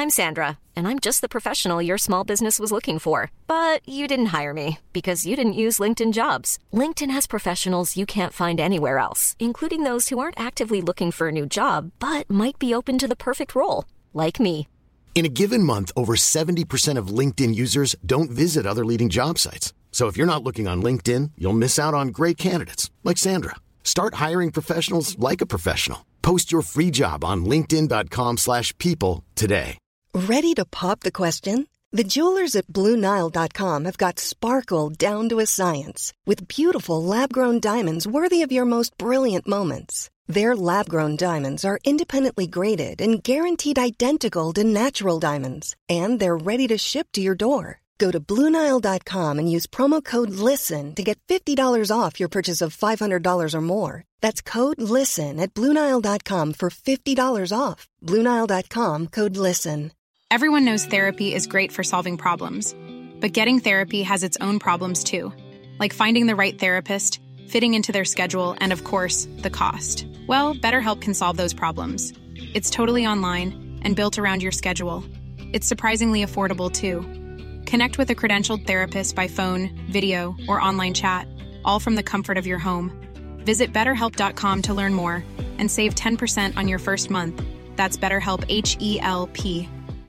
I'm Sandra, and I'm just the professional your small business was looking for. But you didn't hire me because you didn't use LinkedIn Jobs. LinkedIn has professionals you can't find anywhere else, including those who aren't actively looking for a new job, but might be open to the perfect role, like me. In a given month, over 70% of LinkedIn users don't visit other leading job sites. So if you're not looking on LinkedIn, you'll miss out on great candidates like Sandra. Start hiring professionals like a professional. Post your free job on linkedin.com/people today. Ready to pop the question? The jewelers at BlueNile.com have got sparkle down to a science with beautiful lab-grown diamonds worthy of your most brilliant moments. Their lab-grown diamonds are independently graded and guaranteed identical to natural diamonds, and they're ready to ship to your door. Go to BlueNile.com and use promo code LISTEN to get $50 off your purchase of $500 or more. That's code LISTEN at BlueNile.com for $50 off. BlueNile.com, code LISTEN. Everyone knows therapy is great for solving problems, but getting therapy has its own problems too, like finding the right therapist, fitting into their schedule, and of course, the cost. Well, BetterHelp can solve those problems. It's totally online and built around your schedule. It's surprisingly affordable too. Connect with a credentialed therapist by phone, video, or online chat, all from the comfort of your home. Visit BetterHelp.com to learn more and save 10% on your first month. That's BetterHelp, H-E-L-P.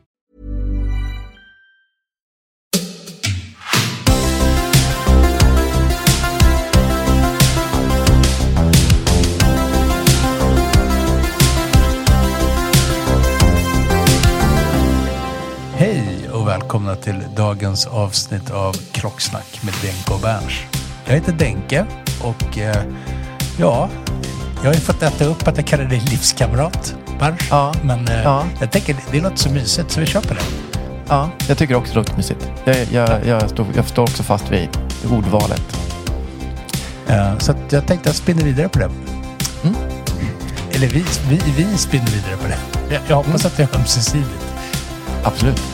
Hej och välkomna till dagens avsnitt av Krocksnack med Denke och Berns. Jag heter Denke och jag har ju fått äta upp att jag kallar dig livskamrat, Berns. Ja. Men jag tänker det låter så mysigt så vi kör på det. Ja, jag tycker också det låter mysigt. Jag står också fast vid ordvalet. Så att jag tänkte att jag spinner vidare på det. Mm. Eller vi spinner vidare på det. Jag hoppas att det är ömsesidigt. Absolut.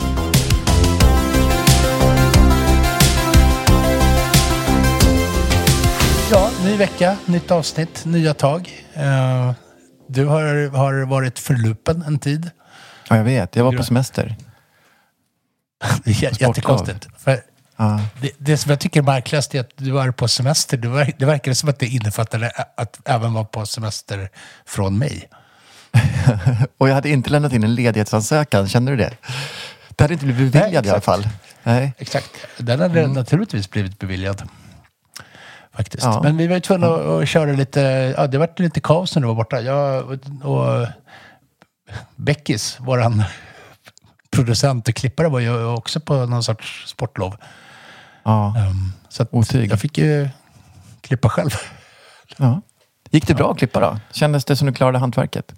Ja, ny vecka, nytt avsnitt, nya tag. Du har varit förlupen en tid. Ja, jag vet. Jag var på semester. Det är jättekonstigt. För det som jag tycker är märkligast är att du var på semester. Det verkar som att det innefattade att även vara på semester från mig. Och jag hade inte lämnat in en ledighetsansökan, känner du det? Det hade inte blivit beviljad. Nej, i alla fall. Nej. Exakt. Den hade naturligtvis blivit beviljad. Faktiskt. Ja. Men vi var ju tvungna att köra lite... Ja, det var lite kaos när du var borta. Jag och Beckis, våran producent och klippare, var ju också på någon sorts sportlov. Ja. Så att jag fick ju klippa själv. Ja. Gick det bra att klippa då? Kändes det som du klarade hantverket?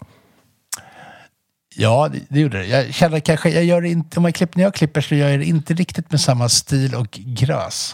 Ja, det gjorde det. Jag känner kanske, jag gör det inte, när jag klipper så gör jag det inte riktigt med samma stil och gräs.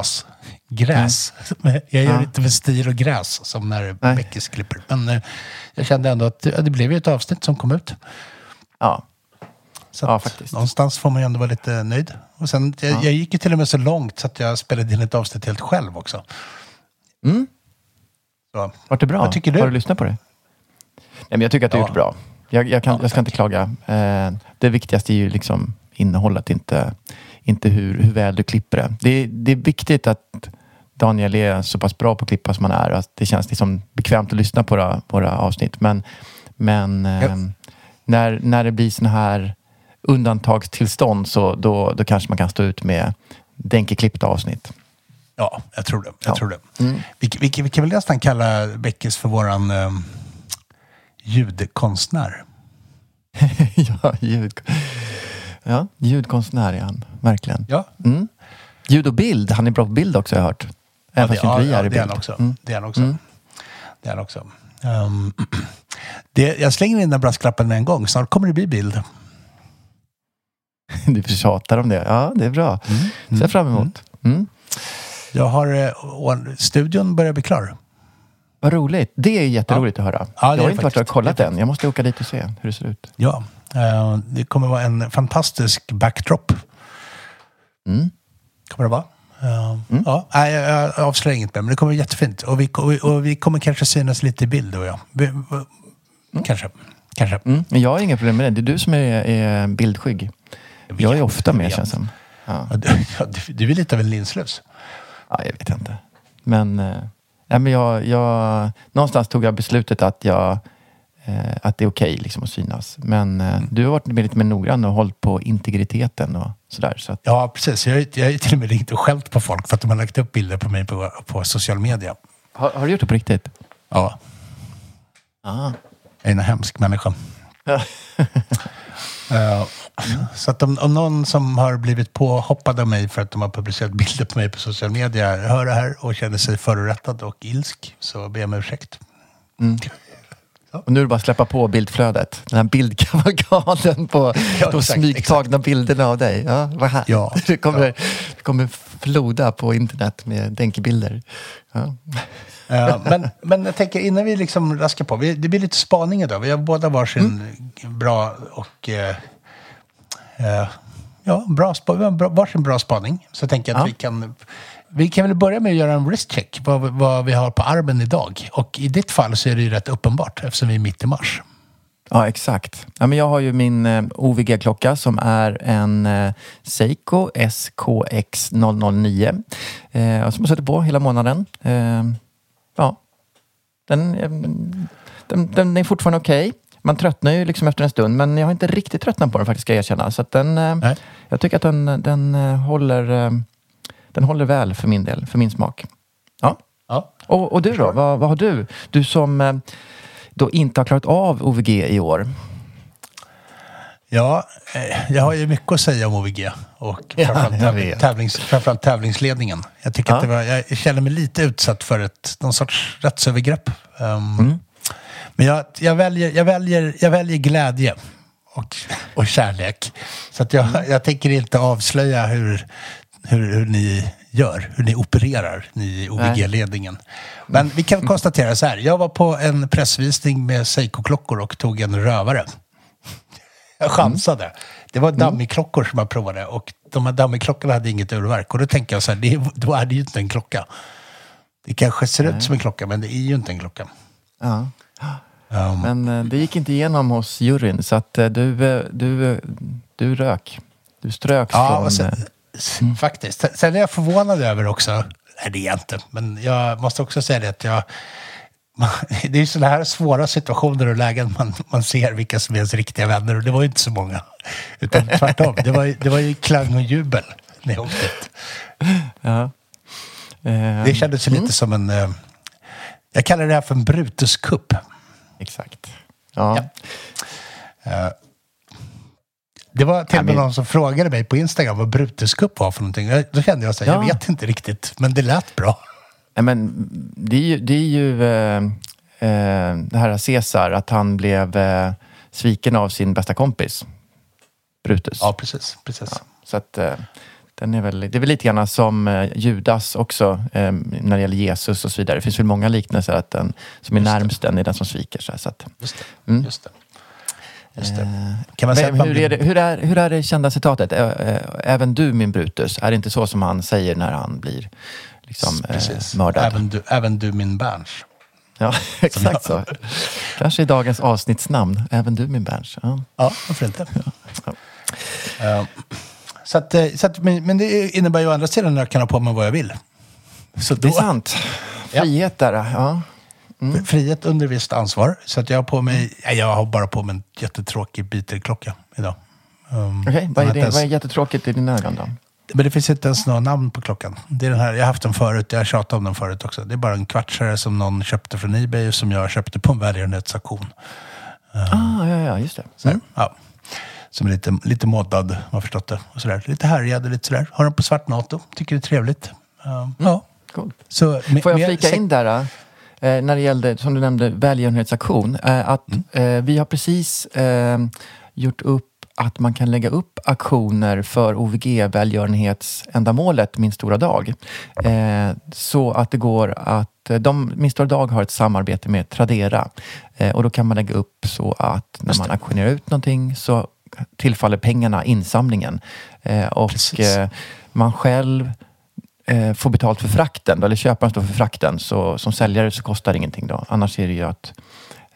Jag gör det inte med stil och gräs som när Beckis klipper. Men jag kände ändå att det blev ju ett avsnitt som kom ut. Ja. Så faktiskt. Någonstans får man ju ändå vara lite nöjd. Och sen, jag gick ju till och med så långt så att jag spelade in ett avsnitt helt själv också. Mm. Så. Var det bra? Vad tycker du? Har du lyssnat på det? Nej, men jag tycker att du har gjort bra. Jag ska inte klaga. Det viktigaste är ju liksom innehållet, inte hur väl du klipper det. Det är viktigt att Daniel är så pass bra på att klippa som han är. Att det känns liksom bekvämt att lyssna på våra avsnitt. Men när det blir såna här undantagstillstånd så då kanske man kan stå ut med Denke-klippta avsnitt. Ja, jag tror det. Mm. Vi kan väl nästan kalla Beckis för våran ljudkonstnär. Ljudkonstnär är han, verkligen. Ja. Mm. Ljud och bild, han är bra på bild också, jag har hört. Även fast inte vi är i bild. Det är han också. Jag slänger in den brasklappen med en gång. Snart kommer det bli bild. Du tjatar om det. Ja, det är bra. Ser fram emot. Jag har... studion börjar bli klar. Vad roligt. Det är jätteroligt att höra. Ja, jag har inte varit och kollat än. Jag måste åka dit och se hur det ser ut. Ja, det kommer vara en fantastisk backdrop. Kommer det vara. Ja, jag avslöjar inget mer, men det kommer vara jättefint. Och vi kommer kanske synas lite i bild, och Kanske. kanske. Jag har inga problem med det. Det är du som är bildskygg. Jag är ofta med, känns som. Ja. Du är lite av en linslös. Ja, jag vet inte. Men, men jag någonstans tog jag beslutet att det är okej liksom att synas. Men du har varit lite mer noggrann och hållit på integriteten och sådär. Så att... Ja, precis. Jag har till och med ringt och skällt på folk för att de har lagt upp bilder på mig på social media. Har du gjort det på riktigt? Ja. Aha. Jag är en hemsk människa. Så att om någon som har blivit påhoppad av mig för att de har publicerat bilder på mig på social media hör det här och känner sig förorättad och ilsk, så ber jag om ursäkt. Och nu är det bara att släppa på bildflödet. Den här bildkavalkaden på de smygtagna bilderna av dig. Ja, vad här. Ja, det kommer floda på internet med Denke-bilder. Ja. Men jag tänker innan vi liksom raskar på. Det blir lite spaning idag. Vi har båda varsin bra och varsin bra spaning. Så jag tänker att vi kan väl börja med att göra en wristcheck. Vad vi har på armen idag. Och i ditt fall så är det ju rätt uppenbart eftersom vi är mitt i mars. Ja, exakt. Ja, men jag har ju min OVG-klocka som är en Seiko SKX 009. Som jag sätter på hela månaden. Den är fortfarande okej. Man tröttnar ju liksom efter en stund, men jag har inte riktigt tröttnat på den faktiskt, ska jag erkänna. Så att jag tycker att den håller väl för min del, för min smak. Ja. Och du då? Vad har du? Du som då inte har klarat av OVG i år. Ja, jag har ju mycket att säga om OVG och framförallt tävlingsledningen. Jag tycker att jag känner mig lite utsatt för någon sorts rättsövergrepp. Men jag väljer glädje och kärlek. Så att jag tänker inte avslöja hur ni gör, hur ni opererar, ni i OVG-ledningen. Men vi kan konstatera så här. Jag var på en pressvisning med Seiko-klockor och tog en rövare. Jag chansade. Det var dammiklockor som jag provade och de här dammikklockorna hade inget urverk. Och då tänker jag så här, då är det ju inte en klocka. Det kanske ser ut som en klocka, men det är ju inte en klocka. Ja. Men det gick inte igenom hos juryn, så att du rök. Du strök från... Faktiskt. Sen är jag förvånad över också, nej det är jag inte, men jag måste också säga det att det är ju sådana här svåra situationer och lägen man ser vilka som är ens riktiga vänner, och det var ju inte så många. Utan tvärtom, det var ju klang och jubel när jag åkte dit. Ja. Det kändes lite som en... jag kallar det här för en Brutus-kupp. Exakt. Ja. Det var till och med någon som frågade mig på Instagram vad Brutus-kupp var för någonting. Då kände jag så här, jag vet inte riktigt, men det lät bra. Nej, men det är ju det här Cesar, att han blev sviken av sin bästa kompis Brutus. Ja, precis. Ja, så att det är väl lite grann som Judas också när det gäller Jesus och så vidare. Det finns väl många liknelser att den som är närmst den är den som sviker. Så att, Just det. Kan man säga hur är det kända citatet? Även du, min Brutus. Är det inte så som han säger när han blir liksom, mördad? Även du, min Berns. Ja, exakt så. Kanske i dagens avsnittsnamn. Även du, min Berns. Ja, varför inte? Men det innebär ju å andra sidan att jag kan ha på mig vad jag vill. Så det är sant. Frihet där, ja. Frihet under visst ansvar. Så att jag har bara på mig en jättetråkig biterklocka idag. Okej, vad är jättetråkigt i dina ögon då? Men det finns inte ens något namn på klockan. Det är den här, jag har haft den förut, jag har tjatat om den förut också. Det är bara en kvartsare som någon köpte från eBay och som jag köpte på en välgörenhetsauktion. Ja, just det. Så, som är lite moddad, har förstått det. Och sådär. Lite härjad och lite sådär. Har den på svart NATO, tycker det är trevligt. Ja. Cool. Så, får jag flika in där när det gällde, som du nämnde, välgörenhetsaktion. Att vi har precis gjort upp att man kan lägga upp aktioner för OVG-välgörenhetsändamålet Min stora dag. Så att det går att Min stora dag har ett samarbete med Tradera. Och då kan man lägga upp så att när man auktionerar ut någonting så tillfaller pengarna insamlingen. Och man själv får betalt för frakten, eller köparen står för frakten, så som säljare så kostar det ingenting då. Annars är det ju att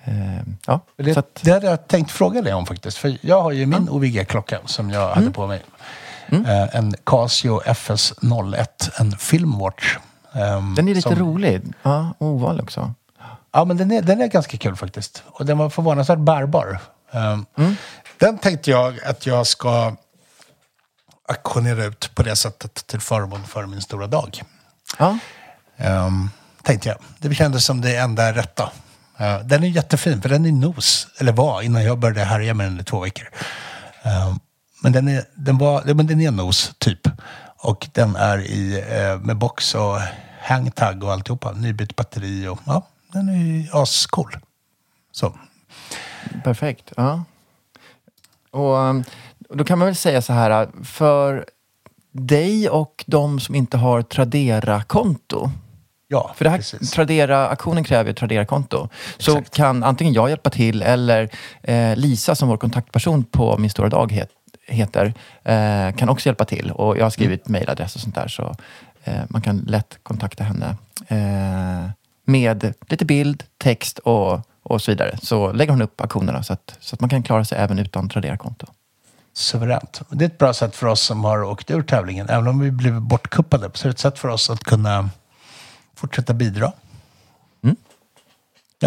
Ja, det hade jag tänkt fråga dig om faktiskt. För jag har ju min OVG-klocka som jag hade på mig. En Casio FS01, en Filmwatch. Den är lite rolig. Ja, oval också. Ja, men den är ganska kul faktiskt. Och den var förvånansvärt bärbar. Den tänkte jag att jag ska auktionera ut på det sättet till förmån för min stora dag. Ja. Tänkte jag. Det kändes som det enda rätta. Den är jättefin, för den är nos. Eller var, innan jag började härja med den i 2 veckor. Men den är nos, typ. Och den är med box och hangtag och alltihopa. Nybytt batteri och ja, den är ju ascool. Så. Perfekt, ja. Och då kan man väl säga så här, för dig och de som inte har Tradera-konto. Ja, för det här Tradera-aktionen kräver ett Tradera-konto. Så Exakt. kan antingen jag hjälpa till eller Lisa som vår kontaktperson på Min stora dag heter kan också hjälpa till. Och jag har skrivit mejladress och sånt där, så man kan lätt kontakta henne med lite bild, text och så vidare. Så lägger hon upp aktionerna så att man kan klara sig även utan Tradera-konto. Suveränt. Det är ett bra sätt för oss som har åkt ur tävlingen. Även om vi blev bortkuppade, så är det ett sätt för oss att kunna fortsätta bidra. Ja.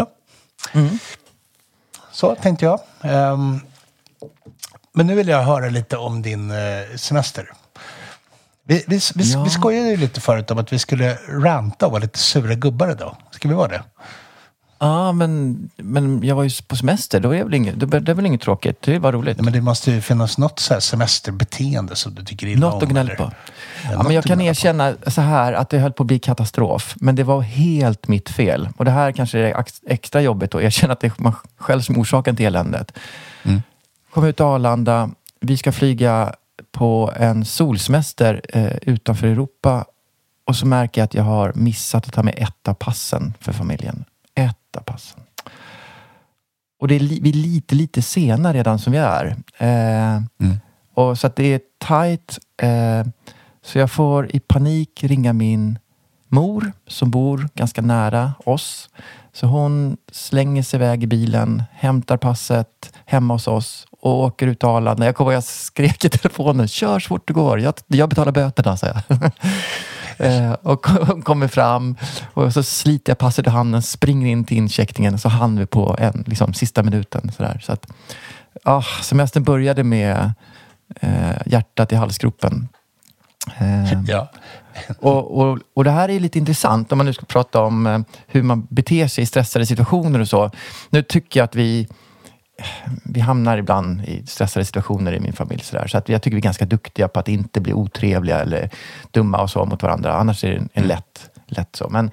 Så tänkte jag. Men nu vill jag höra lite om din semester. Vi skojade ju lite förut om att vi skulle ranta och vara lite sura gubbar idag. Ska vi vara det? Ja, men jag var ju på semester. Då är det väl inget tråkigt. Det var roligt. Ja, men det måste ju finnas något så här semesterbeteende som du tycker illa om. Något att gnälla på. Ja, men jag kan erkänna så här att det höll på att bli katastrof. Men det var helt mitt fel. Och det här kanske är extra jobbigt att erkänna att det är man själv som orsaken till eländet. Kom ut till Arlanda. Vi ska flyga på en solsemester utanför Europa. Och så märker jag att jag har missat att ta med ett av passen för familjen. Ett av passen. Och det är vi lite senare redan som vi är. Och så att det är tajt. Så jag får i panik ringa min mor som bor ganska nära oss. Så hon slänger sig iväg i bilen, hämtar passet hemma hos oss och åker ut till Arlanda. Jag skrek i telefonen, kör så fort det går. Jag betalar böterna, sa jag. Och kommer fram och så sliter jag passet i handen, springer in till incheckningen, så hann vi på sista minuten. Så att semestern började med hjärtat i halsgropen. Ja. Och det här är lite intressant om man nu ska prata om hur man beter sig i stressade situationer och så. Nu tycker jag att vi hamnar ibland i stressade situationer i min familj. Så att jag tycker vi är ganska duktiga på att inte bli otrevliga eller dumma och så mot varandra. Annars är det en lätt så. Men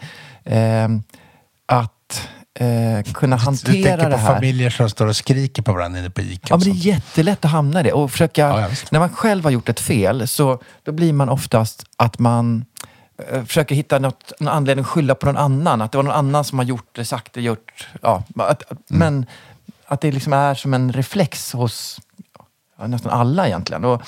att kunna hantera det här. Du tänker på familjer som står och skriker på varandra inne på ICA. Ja, men det är jättelätt att hamna i det. Och försöka, när man själv har gjort ett fel, så då blir man oftast att man försöker hitta någon anledning att skylla på någon annan. Att det var någon annan som har gjort det, sagt det, gjort. Ja, men att det liksom är som en reflex hos nästan alla egentligen. Och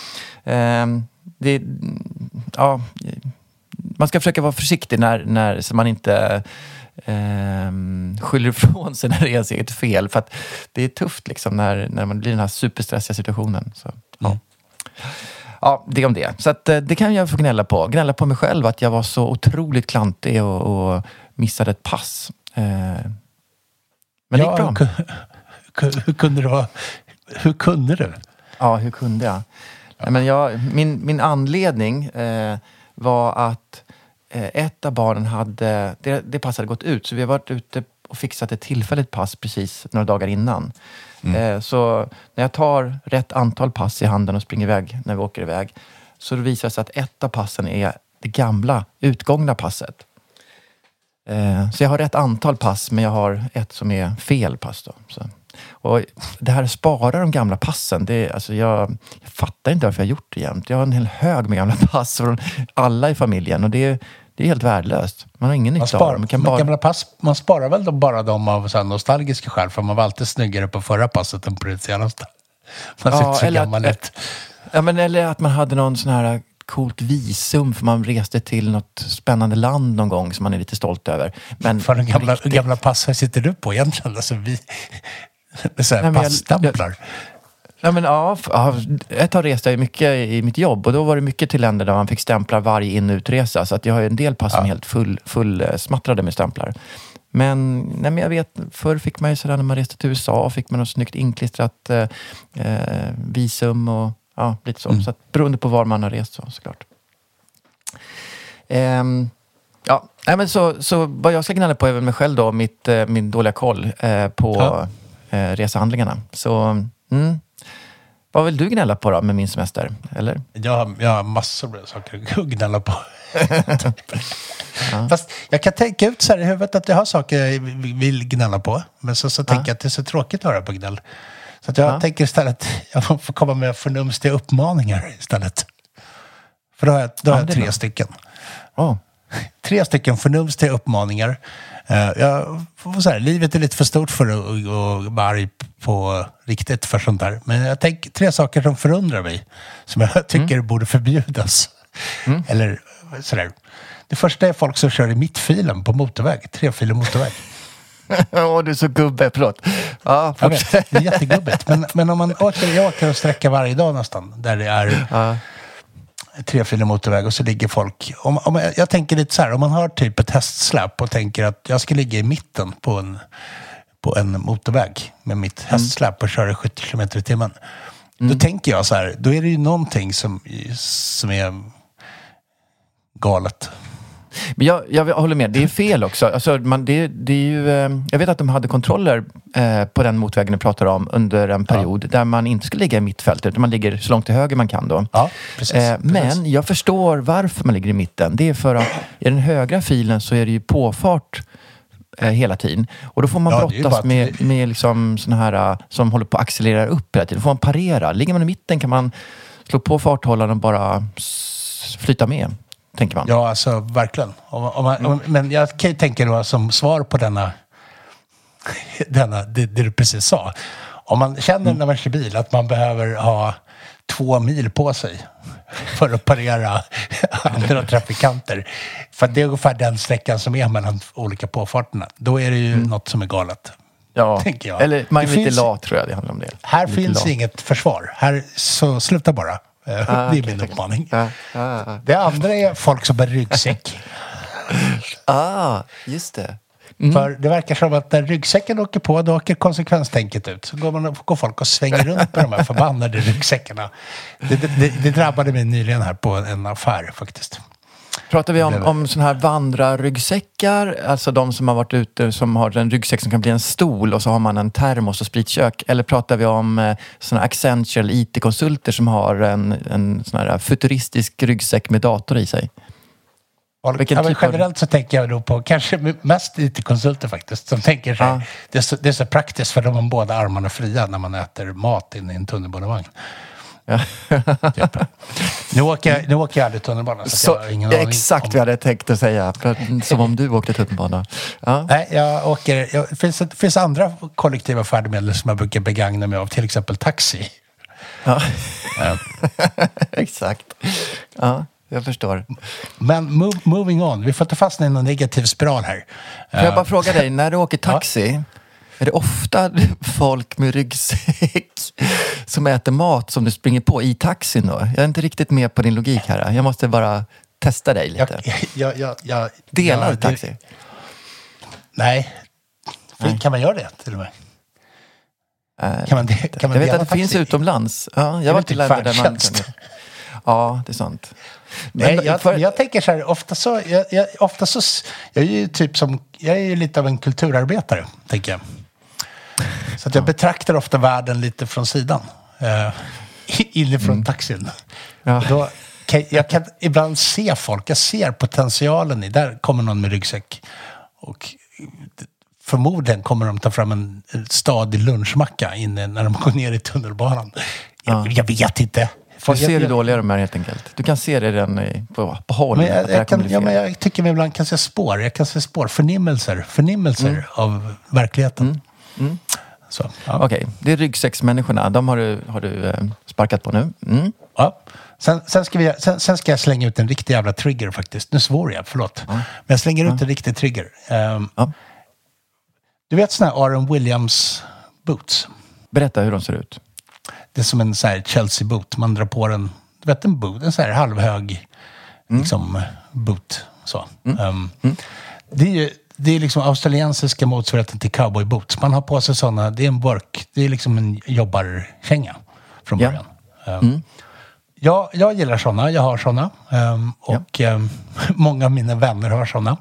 man ska försöka vara försiktig när så man inte skyller ifrån sig när det är ens eget fel. För att det är tufft liksom när man blir i den här superstressiga situationen. Så, ja, det om det. Så att, det kan jag få gnälla på. Gnälla på mig själv att jag var så otroligt klantig och missade ett pass. Men det gick bra. Hur kunde du vara? Hur kunde du? Ja, hur kunde jag? Ja. Men min anledning var att ett av barnen hade... Det pass hade gått ut. Så vi har varit ute och fixat ett tillfälligt pass precis några dagar innan. Så när jag tar rätt antal pass i handen och springer iväg när vi åker iväg, så visar det sig att ett av passen är det gamla, utgångna passet. Så jag har rätt antal pass, men jag har ett som är fel pass då. Och det här sparar de gamla passen. Jag fattar inte varför jag har gjort det jämt. Jag har en hel hög med gamla pass från alla i familjen. Och det är helt värdelöst. Man har ingen nytta av dem. Gamla pass, man sparar väl bara dem av så här nostalgiska skäl. För man var alltid snyggare på förra passet än på det senaste. Man ser så gammal ut. Ja, men eller att man hade någon sån här coolt visum för man reste till något spännande land någon gång som man är lite stolt över. Men för den gamla pass sitter du på egentligen? Alltså med så här passstämplar. Ett tag reste jag mycket i mitt jobb och då var det mycket till länder där man fick stämpla varje in- och utresa. Så att jag har en del pass som är helt fullsmattrade med stämplar. Men jag vet, förr fick man ju sådär när man reste till USA fick man något snyggt inklistrat visum och lite så. Så att, beroende på var man har rest såklart. Så vad jag ska gnälla på är väl mig själv då, min dåliga koll på resehandlingarna. Så, vad vill du gnälla på då med min semester, eller? Jag har massor av saker att gnälla på. Fast jag kan tänka ut så här i huvudet att jag har saker jag vill gnälla på. Men så tänker jag att det är så tråkigt att höra på gnäll. Så att jag tänker istället jag får komma med förnumstiga uppmaningar istället. För då har jag 3 stycken. 3 stycken förnumstiga uppmaningar. Jag får säga, livet är lite för stort för att vara arg på riktigt för sånt där. Men jag tänker 3 saker som förundrar mig. Som jag tycker borde förbjudas. Eller sådär. Det första är folk som kör i mittfilen på motorväg. 3-filig motorväg. Du är så gubbe, förlåt. Jag vet, det är jättegubbigt. Men om man jag åker och sträcker varje dag nästan. Där det är 3-filig motorväg och så ligger folk. Jag tänker lite så här, om man har typ ett hästsläp och tänker att jag ska ligga i mitten på en motorväg med mitt hästsläp och köra 70 km i timmen. Då tänker jag så här, då är det ju någonting som är galet. Men jag håller med, det är fel också. Alltså, det är ju, jag vet att de hade kontroller på den motorvägen du pratar om under en period där man inte skulle ligga i mittfältet utan man ligger så långt till höger man kan då. Ja, precis. Men jag förstår varför man ligger i mitten. Det är för att i den högra filen så är det ju påfart hela tiden. Och då får man brottas med liksom såna här som håller på att accelerera upp hela tiden. Då får man parera. Ligger man i mitten kan man slå på farthållaren och bara flyta med. Tänker man. Ja, alltså verkligen. Men jag kan ju tänka då som svar på det du precis sa. Om man känner när man kör bil att man behöver ha 2 mil på sig för att parera andra trafikanter. För det är ungefär den sträckan som är mellan olika påfarterna. Då är det ju något som är galet. Ja, tänker jag. Eller man är lite lat tror jag det handlar om det. Här finns inget försvar. Här så sluta bara. Det är min uppmaning. Det andra är folk som bär ryggsäck. Just det. För det verkar som att när ryggsäcken åker på, då åker konsekvenstänket ut. Så går folk och svänger runt med de här förbannade ryggsäckarna. Det drabbade mig nyligen här på en affär faktiskt. Pratar vi om sådana här vandrarryggsäckar, alltså de som har varit ute som har en ryggsäck som kan bli en stol och så har man en termos och spritkök, eller pratar vi om sådana Accenture eller IT-konsulter som har en sån här futuristisk ryggsäck med dator i sig? Generellt så tänker jag då på kanske mest IT-konsulter faktiskt som tänker sig det är så praktiskt för de har båda armarna fria när man äter mat inne i en tunnelbanevagn. Ja. Typ. Nu åker jag aldrig tunnelbana så jag har ingen aning exakt vad jag hade tänkt att säga, som om du åkte tunnelbana. Nej, det finns andra kollektiva färdmedel som jag brukar begagna mig av, till exempel taxi. Exakt. Jag förstår. Men moving on, vi får ta fast i någon negativ spiral här. Får jag bara fråga dig, när du åker taxi, är det ofta folk med ryggsäck som äter mat som du springer på i taxin då? Jag är inte riktigt med på din logik här. Jag måste bara testa dig lite. Delar du taxi? Nej. Kan man göra det till och med? Kan man jag vet att det finsk finns utomlands. Ja, jag var till länder där man kan. Ja, det är sant. Nej, jag tänker så här, ofta så jag är ju typ som, jag är ju lite av en kulturarbetare, tänker jag. Så att jag betraktar ofta världen lite från sidan. Inifrån taxin. Ja. Då jag kan ibland se folk, jag ser potentialen i, där kommer någon med ryggsäck. Och förmodligen kommer de ta fram en stadig lunchmacka inne när de går ner i tunnelbanan. Jag vet inte. Du ser hur dåliga de är helt enkelt. Du kan se det redan på håll. Men jag tycker mig ibland kan se spår. Jag kan se spår. Förnimmelser av verkligheten. Så, Okej, det är ryggsäcksmänniskorna. De har du sparkat på nu. Ja. Sen ska jag slänga ut en riktig jävla trigger faktiskt. Nu svor jag, förlåt. Men jag slänger ut en riktig trigger. Du vet såna här Aaron Williams boots? Berätta hur de ser ut. Det är som en så här Chelsea boot. Man drar på den, du vet en boot, en så här halvhög liksom boot. Så. Det är liksom australiensiska motsvarigheten till cowboy boots. Man har på sig sådana, det är en work, det är liksom en jobbarkänga från början. Jag gillar sådana, jag har sådana. Och många av mina vänner har sådana.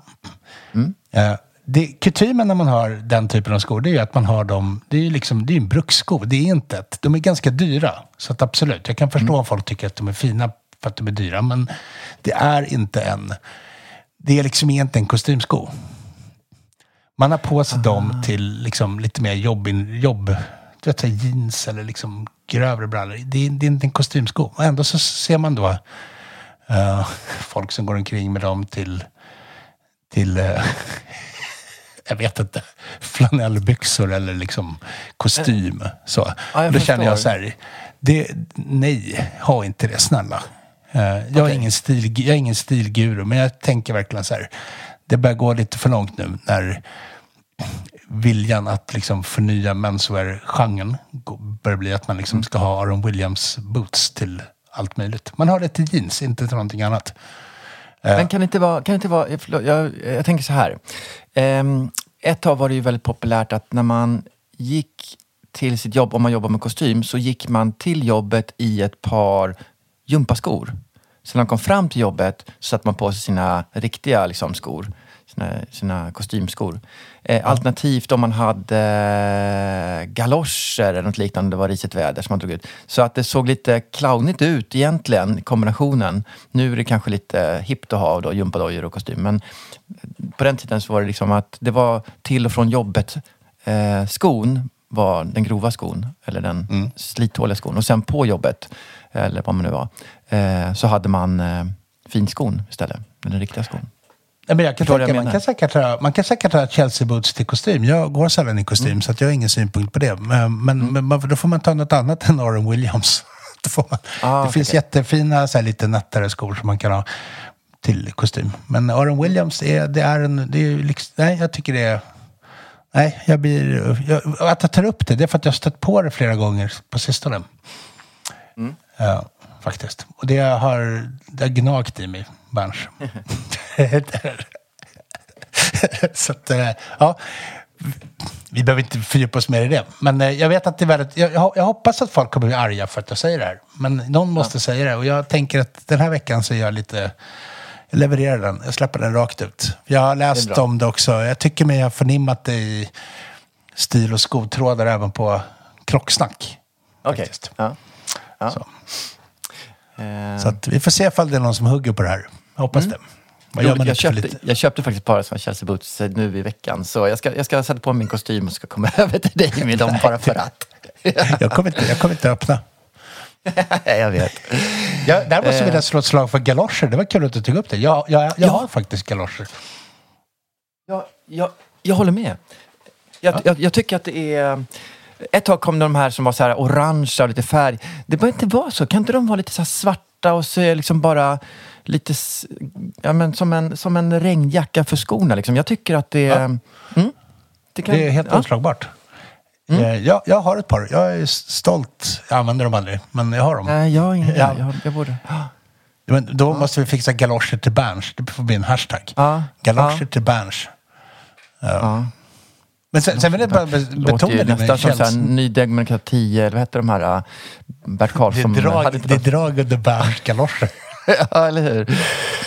Kutymen när man har den typen av skor, det är ju att man har dem, det är en brukssko, det är inte de är ganska dyra. Så att absolut, jag kan förstå om folk tycker att de är fina för att de är dyra, men det är inte det är liksom inte en kostymsko. Man har på sig dem till liksom lite mer jobb, du vet, jeans eller liksom grövre brallor. Det är inte en kostymsko. Och ändå så ser man då folk som går omkring med dem till jag vet inte, flanellbyxor eller liksom kostym. Så. Då känner jag så här, nej, ha inte det, snälla. Jag är ingen stilguru, men jag tänker verkligen så här, det börjar gå lite för långt nu när viljan att liksom förnya menswear-genren börjar bli att man liksom ska ha Aaron Williams boots till allt möjligt. Man har det till jeans, inte till någonting annat. Men kan det inte vara jag tänker så här. Ett tag var det ju väldigt populärt att när man gick till sitt jobb, om man jobbar med kostym, så gick man till jobbet i ett par gympaskor. Så när man kom fram till jobbet så satte man på sig sina riktiga liksom, skor. Sina kostymskor. Alternativt om man hade galoscher eller något liknande, det var risigt väder som man drog ut. Så att det såg lite clownigt ut egentligen, kombinationen. Nu är det kanske lite hippt att ha då, gympadojor och kostym. Men på den tiden så var det liksom att det var till och från jobbet. Skon var den grova skon, eller den slithåliga skon. Och sen på jobbet, eller vad man nu var, så hade man finskon istället, den riktiga skon. Ja, men jag kan tänka, man kan säkert ha Chelsea boots till kostym. Jag går sällan i kostym så att jag har ingen synpunkt på det. Men då får man ta något annat än Aaron Williams. Det finns jättefina så här, lite nättare skor som man kan ha till kostym. Men Aaron Williams jag tycker det är... Nej, att jag tar upp det är för att jag har stött på det flera gånger på sistone. Faktiskt. Och det har gnagt i mig, Berns. Så att, vi behöver inte fördjupa oss mer i det. Men jag vet att det är väldigt... Jag hoppas att folk kommer bli arga för att jag säger det här. Men någon måste säga det. Och jag tänker att den här veckan så är jag lite... Jag levererar den. Jag släpper den rakt ut. Jag har läst om det också. Jag tycker mig ha förnimmat det i stil- och skotrådar även på Klocksnack. Okej. Ja. Så att vi får se ifall det är någon som hugger på det här. Jag hoppas det. Jag köpte faktiskt ett par som Chelsea boots nu i veckan. Så jag ska sätta på min kostym och ska komma över till dig med dem bara för att. jag kommer inte öppna. Jag vet. Däremot så vill jag slå ett slag för galoscher. Det var kul att du tog upp det. Jag har faktiskt galoscher. Jag håller med. Jag tycker att det är... Ett tag kom de här som var så här orangea och lite färg. Det bör inte vara så. Kan inte de vara lite så här svarta och så är liksom bara lite som en regnjacka för skorna liksom. Jag tycker att det är... Det är helt oslagbart. Jag har ett par. Jag är stolt. Jag använder dem aldrig, men jag har dem. Nej, jag borde... Men då måste vi fixa galoscher till Berns. Det får bli en hashtag. Galoscher till Berns. Men sen vill jag bara betona det nästan som såhär Ny Demokrati, eller vad heter de här Bert Karlsson? Det är drag under Berns galoscher. Ja, eller hur?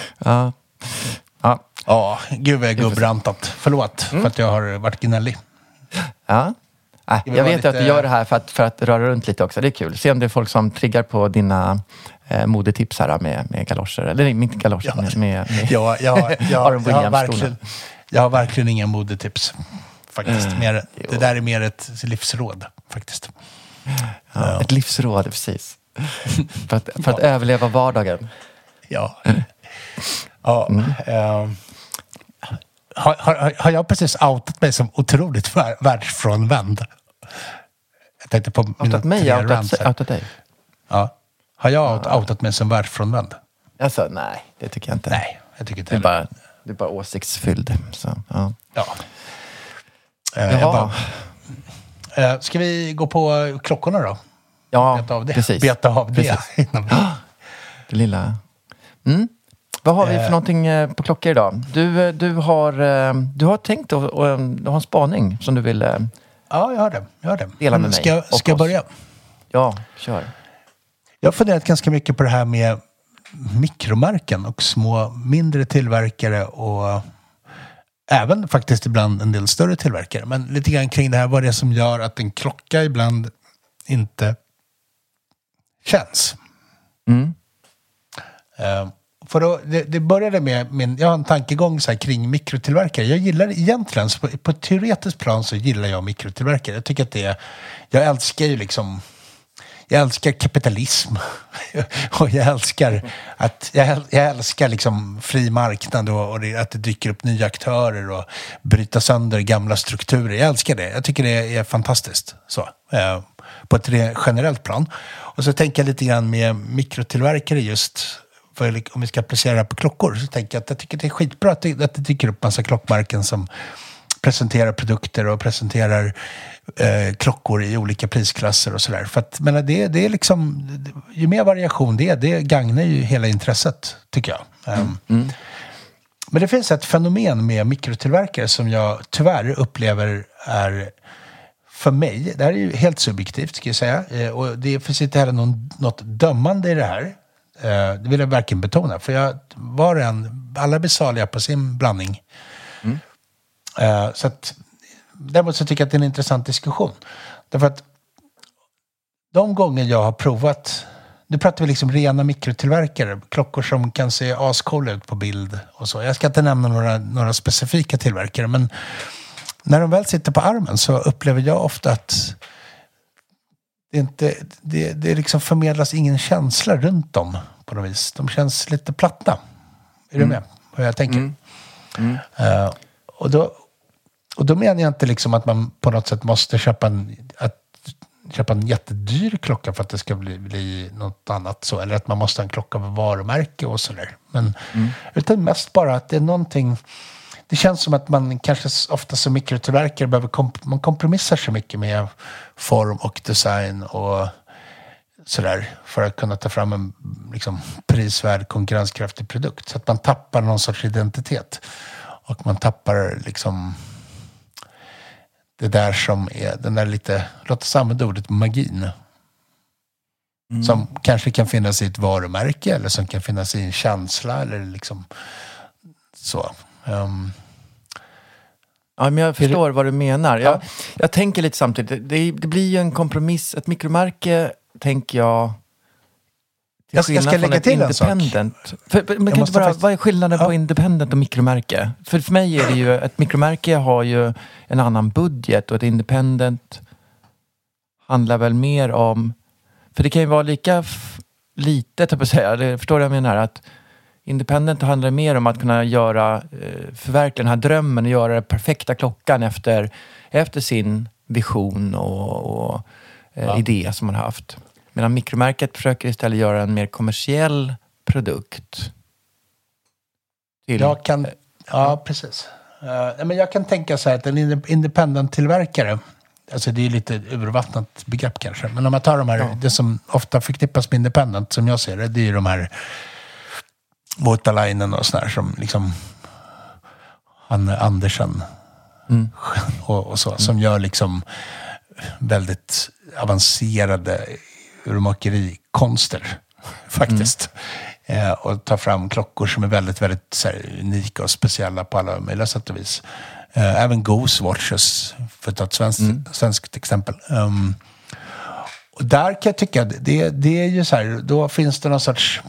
Ja, gud vad jag gubbrantat. Förlåt för att jag har varit gnällig. Ja. Jag vet att du gör det här för att röra runt lite också. Det är kul. Se om det är folk som triggar på dina modetips här med galoscher. Eller inte galoscher, med Aaron Williams. Jag har verkligen inga modetips. Faktiskt. Det där är mer ett livsråd, faktiskt. Ett livsråd, precis. för att överleva vardagen. Har jag precis outat mig som otroligt världsfrånvänd? Jag tänkte på mina outat dig? Ja. Har jag outat mig som världsfrånvänd? Alltså, nej, det tycker jag inte. Nej, jag tycker inte det är bara åsiktsfylld. Så, ja. Ska vi gå på klockorna då? Ja, Beta av det. precis. Beta av det. Det lilla. Vad har vi för någonting på klockor idag? Du har tänkt att ha en spaning som du vill... Ja, jag har det. Dela med mig. Ska jag börja? Ja, kör. Jag har funderat ganska mycket på det här med mikromärken och små mindre tillverkare och även faktiskt ibland en del större tillverkare. Men lite grann kring det här, vad det är som gör att en klocka ibland inte känns. För då, det började med jag har en tankegång så här kring mikrotillverkare. Jag gillar egentligen, på ett teoretiskt plan så gillar jag mikrotillverkare. Jag tycker att jag älskar ju liksom, jag älskar kapitalism och jag älskar liksom fri marknad och att det dyker upp nya aktörer och bryta sönder gamla strukturer. Jag älskar det. Jag tycker det är fantastiskt så, på ett generellt plan. Och så tänker jag lite grann med mikrotillverkare just för om vi ska applicera det på klockor, så tänker jag att jag tycker det är skitbra att det dyker upp massa klockmärken som presenterar produkter och presenterar klockor i olika prisklasser och sådär. För att det är liksom, ju mer variation det gagnar ju hela intresset, tycker jag. Men det finns ett fenomen med mikrotillverkare som jag tyvärr upplever är, för mig, det här är ju helt subjektivt ska jag säga, och det finns inte heller något dömande i det här. Det vill jag verkligen betona, för alla blir saliga på sin blandning. Så att däremot så tycker jag att det är en intressant diskussion. Därför att de gånger jag har provat, nu pratar vi liksom rena mikrotillverkare, klockor som kan se ascoola ut på bild och så. Jag ska inte nämna några specifika tillverkare, men när de väl sitter på armen så upplever jag ofta att det liksom förmedlas ingen känsla runt dem på något vis. De känns lite platta. Är du med vad jag tänker? Och då menar jag inte liksom att man på något sätt måste köpa en jättedyr klocka för att det ska bli något annat så, eller att man måste ha en klocka med varumärke och sådär. Men utan mest bara att det är någonting. Det känns som att man kanske ofta som mikrotillverkare man kompromissar så mycket med form och design och sådär för att kunna ta fram en liksom prisvärd, konkurrenskraftig produkt. Så att man tappar någon sorts identitet. Och man tappar liksom det där som är den där lite, låt oss använda ordet magin. Som kanske kan finnas i ett varumärke eller som kan finnas i en känsla eller liksom så. Ja, men jag förstår vad du menar. Jag tänker lite samtidigt. Det blir ju en kompromiss. Ett mikromärke, tänker jag. Jag ska lägga till en sak. Vad är skillnaden på independent och mikromärke? För mig är det ju, ett mikromärke har ju en annan budget och ett independent handlar väl mer om, för det kan ju vara lika litet att säga. Det förstår jag menar, att independent handlar mer om att kunna förverkliga den här drömmen och göra den perfekta klockan efter sin vision och idé som man har haft. Medan mikromärket försöker istället göra en mer kommersiell produkt. Precis. Men jag kan tänka så här att en independent-tillverkare, alltså det är lite urvattnat begrepp kanske, men om man tar de här, det som ofta förknippas med independent, som jag ser det är ju de här Voutalainen och sådär som liksom Andersen och så, som gör liksom väldigt avancerade urmakerikonster faktiskt. Och tar fram klockor som är väldigt, väldigt så här, unika och speciella på alla möjliga sätt och vis. Även Goose Watches, för att ta ett svenskt exempel. Och där kan jag tycka att det är ju så här, då finns det någon sorts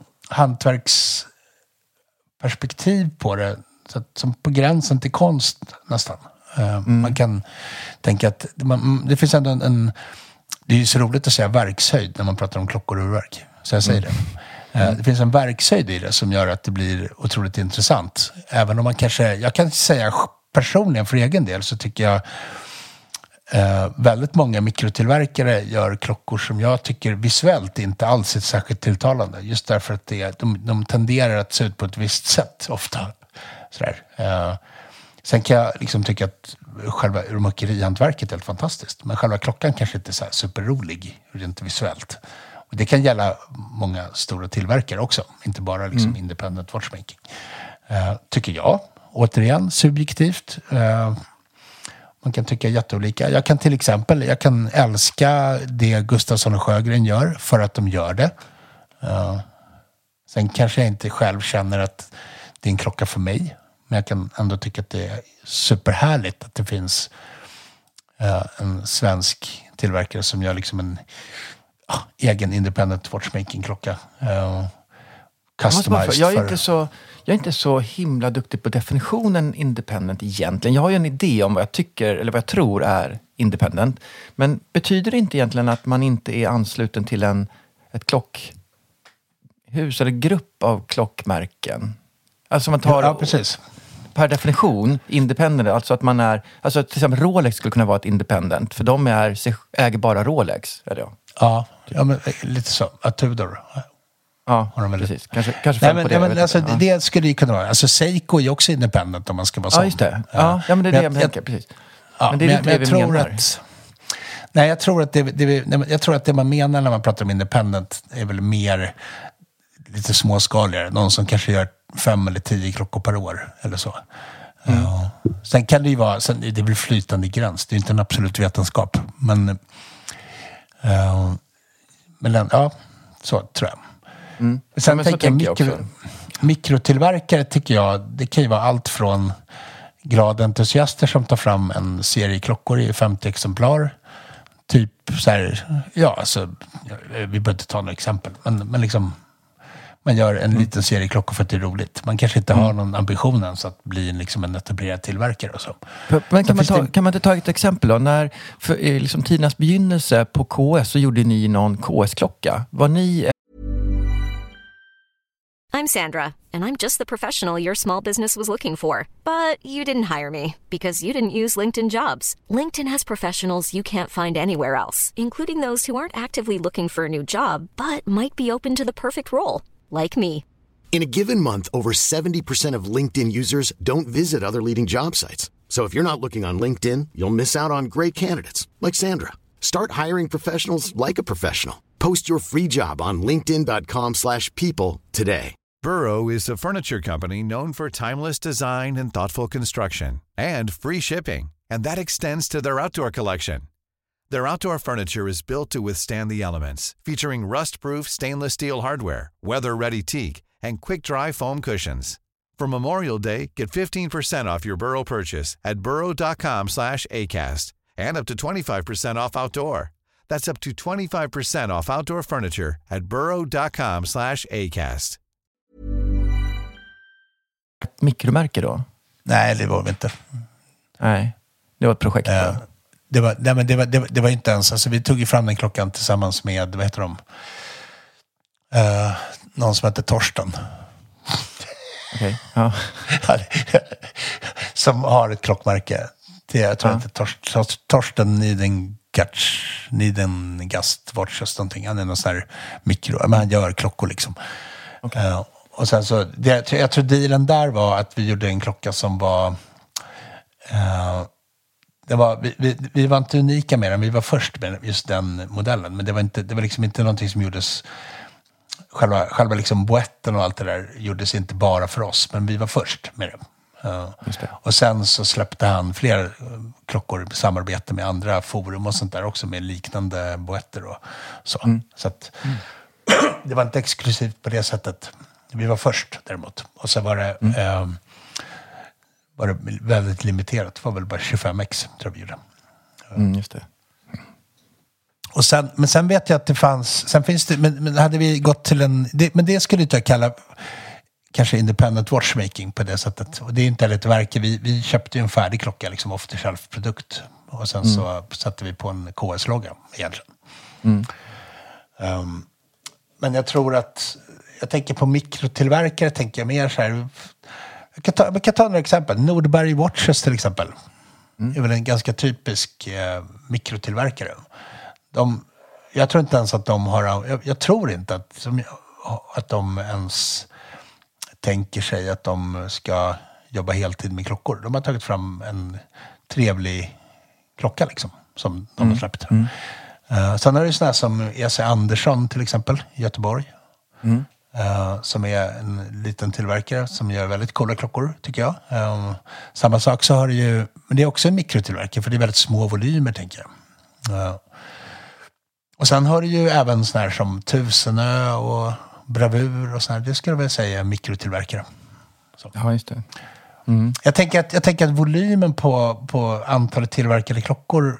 hantverksperspektiv på det, så att, som på gränsen till konst nästan. Man kan tänka att det finns ändå det är ju så roligt att säga verkshöjd när man pratar om klockor och urverk. Så jag säger det. Det finns en verkshöjd i det som gör att det blir otroligt intressant. Även om man jag kan säga personligen för egen del så tycker jag väldigt många mikrotillverkare gör klockor som jag tycker visuellt inte alls är särskilt tilltalande. Just därför att de tenderar att se ut på ett visst sätt ofta. Sådär. Sen kan jag liksom tycka att själva urmakeri-hantverket är helt fantastiskt. Men själva klockan kanske inte är så här superrolig rent visuellt. Och det kan gälla många stora tillverkare också. Inte bara liksom independent watchmaking. Tycker jag. Återigen, subjektivt. Man kan tycka jätteolika. Jag kan älska det Gustafsson och Sjögren gör för att de gör det. Sen kanske jag inte själv känner att det är en klocka för mig. Men jag kan ändå tycka att det är superhärligt att det finns en svensk tillverkare som gör liksom en egen independent watchmaking-klocka. Customized Jag är inte så himla duktig på definitionen independent egentligen. Jag har ju en idé om vad jag tycker eller vad jag tror är independent. Men betyder det inte egentligen att man inte är ansluten till ett klockhus eller grupp av klockmärken? Alltså man tar... Ja, precis. Per definition independent, alltså att man är... Alltså till exempel Rolex skulle kunna vara ett independent. För de äger bara Rolex, eller ja, men lite så. Tudor. Ja, precis. Kanske det skulle ju kunna vara. Alltså Seiko är också independent om man ska vara sån. Ja, just det. Ja, men det är det jag tänker, precis. Ja, men det är det vi menar. Jag tror att det man menar när man pratar om independent är väl mer lite småskaligare. Någon som kanske gör 5 eller 10 klockor per år eller så. Sen kan det ju vara, det blir flytande gräns. Det är inte en absolut vetenskap. Men så tror jag. Sen tänker jag mikrotillverkare tycker jag, det kan ju vara allt från glada entusiaster som tar fram en serie klockor i 50 exemplar. Typ så här, vi behöver inte ta några exempel, men liksom man gör en liten serie klockor för att det är roligt. Man kanske inte har någon ambition ens att bli liksom en etablerad tillverkare och så. Men kan man inte ta ett exempel då? När för liksom tidernas begynnelse på KS så gjorde ni någon KS-klocka. Var ni... I'm Sandra, and I'm just the professional your small business was looking for. But you didn't hire me because you didn't use LinkedIn Jobs. LinkedIn has professionals you can't find anywhere else, including those who aren't actively looking for a new job, but might be open to the perfect role, like me. In a given month, over 70% of LinkedIn users don't visit other leading job sites. So if you're not looking on LinkedIn, you'll miss out on great candidates like Sandra. Start hiring professionals like a professional. Post your free job on linkedin.com/people today. Burrow is a furniture company known for timeless design and thoughtful construction and free shipping, and that extends to their outdoor collection. Their outdoor furniture is built to withstand the elements, featuring rust-proof stainless steel hardware, weather-ready teak, and quick-dry foam cushions. For Memorial Day, get 15% off your Burrow purchase at burrow.com/acast, and up to 25% off outdoor. That's up to 25% off outdoor furniture at burrow.com/acast. Ett mikromärke då? Nej, det var vi inte. Nej, det var ett projekt. Det var inte ens, alltså vi tog ju fram den klockan tillsammans med, vad heter de? Någon som heter Torsten. Okej, ja. Som har ett klockmärke. Jag tror att det är Torsten Nidengast Watches någonting. Han är någon sån här mikro, men han gör klockor liksom. Okay. Och sen så, jag tror dealen där var att vi gjorde en klocka som var... vi var inte unika med den, vi var först med just den modellen. Men det var liksom inte någonting som gjordes... Själva liksom boetten och allt det där gjordes inte bara för oss, men vi var först med det. Och sen så släppte han fler klockor i samarbete med andra forum och sånt där också, med liknande boetter och så. Så att det var inte exklusivt på det sättet. Vi var först däremot. Och så var det väldigt limiterat. Det var väl bara 25x tror vi gjorde. Just det. Och sen vet jag att det fanns... Sen finns det... Men hade vi gått till men det skulle jag kalla kanske independent watchmaking på det sättet. Och det är inte heller ett verk. Vi köpte ju en färdig klocka, liksom off the shelf-produkt. Och sen så satte vi på en KS-logga egentligen. Men jag tror att... Jag tänker på mikrotillverkare, tänker jag mer så här... Jag kan ta några exempel. Nordberg Watches till exempel. är väl en ganska typisk mikrotillverkare. Jag tror inte ens att de har... Jag tror inte att de ens tänker sig att de ska jobba heltid med klockor. De har tagit fram en trevlig klocka liksom, som de har släppt. Sen är det sådana som E.C. Andersson till exempel i Göteborg. Som är en liten tillverkare som gör väldigt coola klockor, tycker jag. Samma sak så har det ju... Men det är också en mikrotillverkare, för det är väldigt små volymer, tänker jag. Och sen har det ju även sådana här som Tusenö och Bravur och sådär. Det skulle jag väl säga mikrotillverkare. Så. Ja, just det. Jag tänker att volymen på antalet tillverkade klockor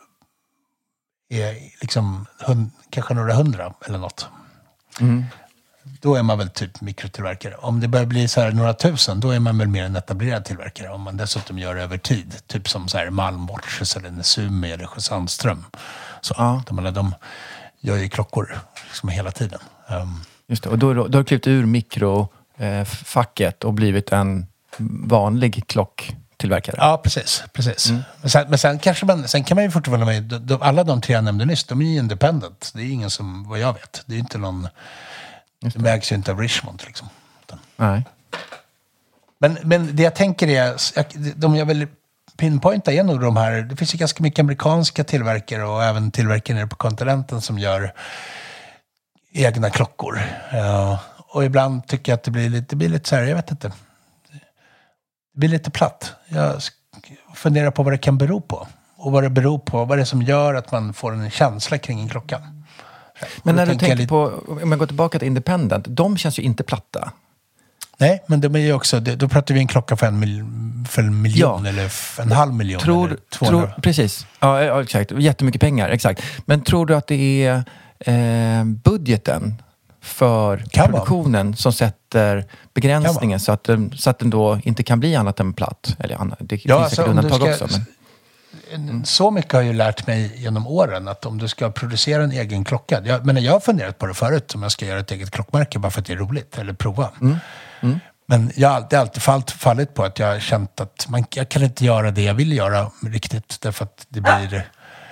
är liksom kanske några 100 eller något. Då är man väl typ mikrotillverkare. Om det börjar bli så här några tusen, då är man väl mer en etablerad tillverkare. Om man dessutom gör över tid. Typ som så här Malmwatches eller Nesumi eller Sandström. Så de gör ju klockor liksom hela tiden. Just det. Och då har du klivit ur mikrofacket och blivit en vanlig klocktillverkare. Ja, precis. Men sen kan man ju fortfarande med alla de tre jag nämnde nyss, de är ju independent. Det är ingen som, vad jag vet, det är inte någon... Det märks ju inte av Richmond liksom. Nej. Men det jag tänker är, de jag vill pinpointa är nog de här, det finns ju ganska mycket amerikanska tillverkare och även tillverkare nere på kontinenten som gör egna klockor. Och ibland tycker jag att det blir lite så här, jag vet inte. Det blir lite platt. Jag funderar på vad det kan bero på. Och vad det beror på, vad det är som gör att man får en känsla kring en klocka. Men när du tänker på, om jag går tillbaka till Independent, de känns ju inte platta. Nej, men de är ju också, då pratar vi en klocka för en miljon eller en halv miljon. Precis, ja, exakt. Jättemycket pengar, exakt. Men tror du att det är budgeten för produktionen som sätter begränsningen så att den då inte kan bli annat än platt? Eller det finns säkert undantag också. Så mycket har jag ju lärt mig genom åren att om du ska producera en egen klocka. Jag har funderat på det förut om jag ska göra ett eget klockmärke bara för att det är roligt eller prova. Men det har alltid fallit på att jag har känt att jag kan inte göra det jag vill göra riktigt därför att det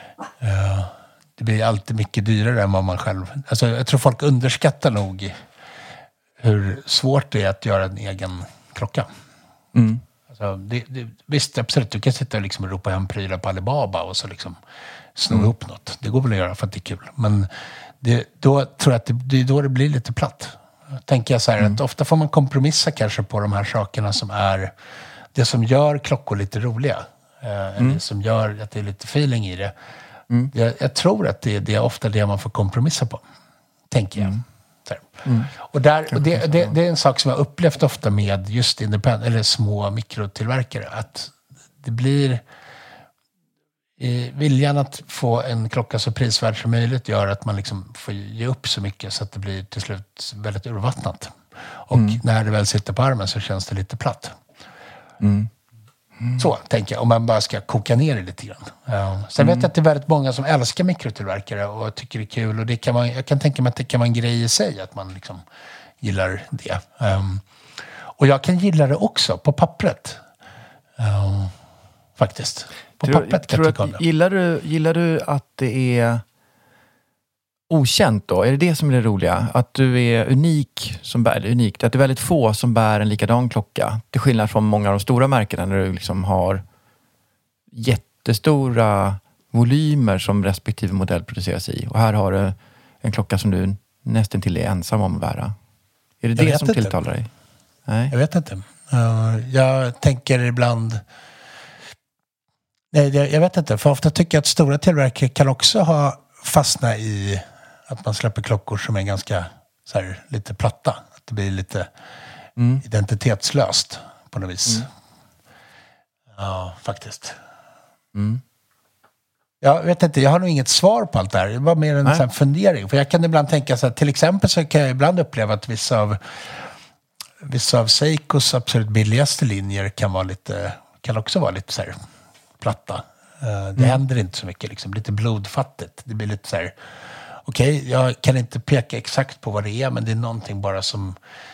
blir alltid mycket dyrare än vad man själv... Alltså, jag tror folk underskattar nog hur svårt det är att göra en egen klocka. Alltså, visst, absolut, du kan sitta och liksom ropa hem prylar på Alibaba och så liksom sno ihop något. Det går väl att göra för att det är kul. Men då tror jag att det är då det blir lite platt. Tänker jag så här att ofta får man kompromissa kanske på de här sakerna som är det som gör klockor lite roliga. Eller som gör att det är lite feeling i det. Jag tror att det är ofta det man får kompromissa på. Tänker jag. Och det är en sak som jag upplevt ofta med just independent eller små mikrotillverkare, att det blir viljan att få en klocka så prisvärd som möjligt gör att man liksom får ge upp så mycket så att det blir till slut väldigt urvattnat. Och när det väl sitter på armen så känns det lite platt. Så tänker jag, om man bara ska koka ner det lite grann. Sen vet jag att det är väldigt många som älskar mikrotillverkare och tycker det är kul. Och jag kan tänka mig att det kan vara en grej i sig att man liksom gillar det. Och jag kan gilla det också på pappret. Faktiskt. På pappret kan jag tycka om det. Gillar du att det är okänt då? Är det som är det roliga? Att du är unik som bär unikt? Att det är väldigt få som bär en likadan klocka? Till skillnad från många av de stora märkena när du liksom har jättestora volymer som respektive modell produceras i. Och här har du en klocka som du nästan till är ensam om att bära. Är det det som tilltalar dig? Nej. Jag vet inte. Jag tänker ibland... Nej, jag vet inte. För ofta tycker jag att stora tillverkare kan också fastna i att man släpper klockor som är ganska så här, lite platta. Att det blir lite identitetslöst på något vis. Ja, faktiskt. Jag vet inte, jag har nog inget svar på allt det här. Det var mer en sån fundering. För jag kan ibland tänka så här, till exempel så kan jag ibland uppleva att vissa av Seikos absolut billigaste linjer kan också vara lite så här platta. Det händer inte så mycket, liksom. Lite blodfattigt. Det blir lite så här, okej, jag kan inte peka exakt på vad det är, men det är någonting bara som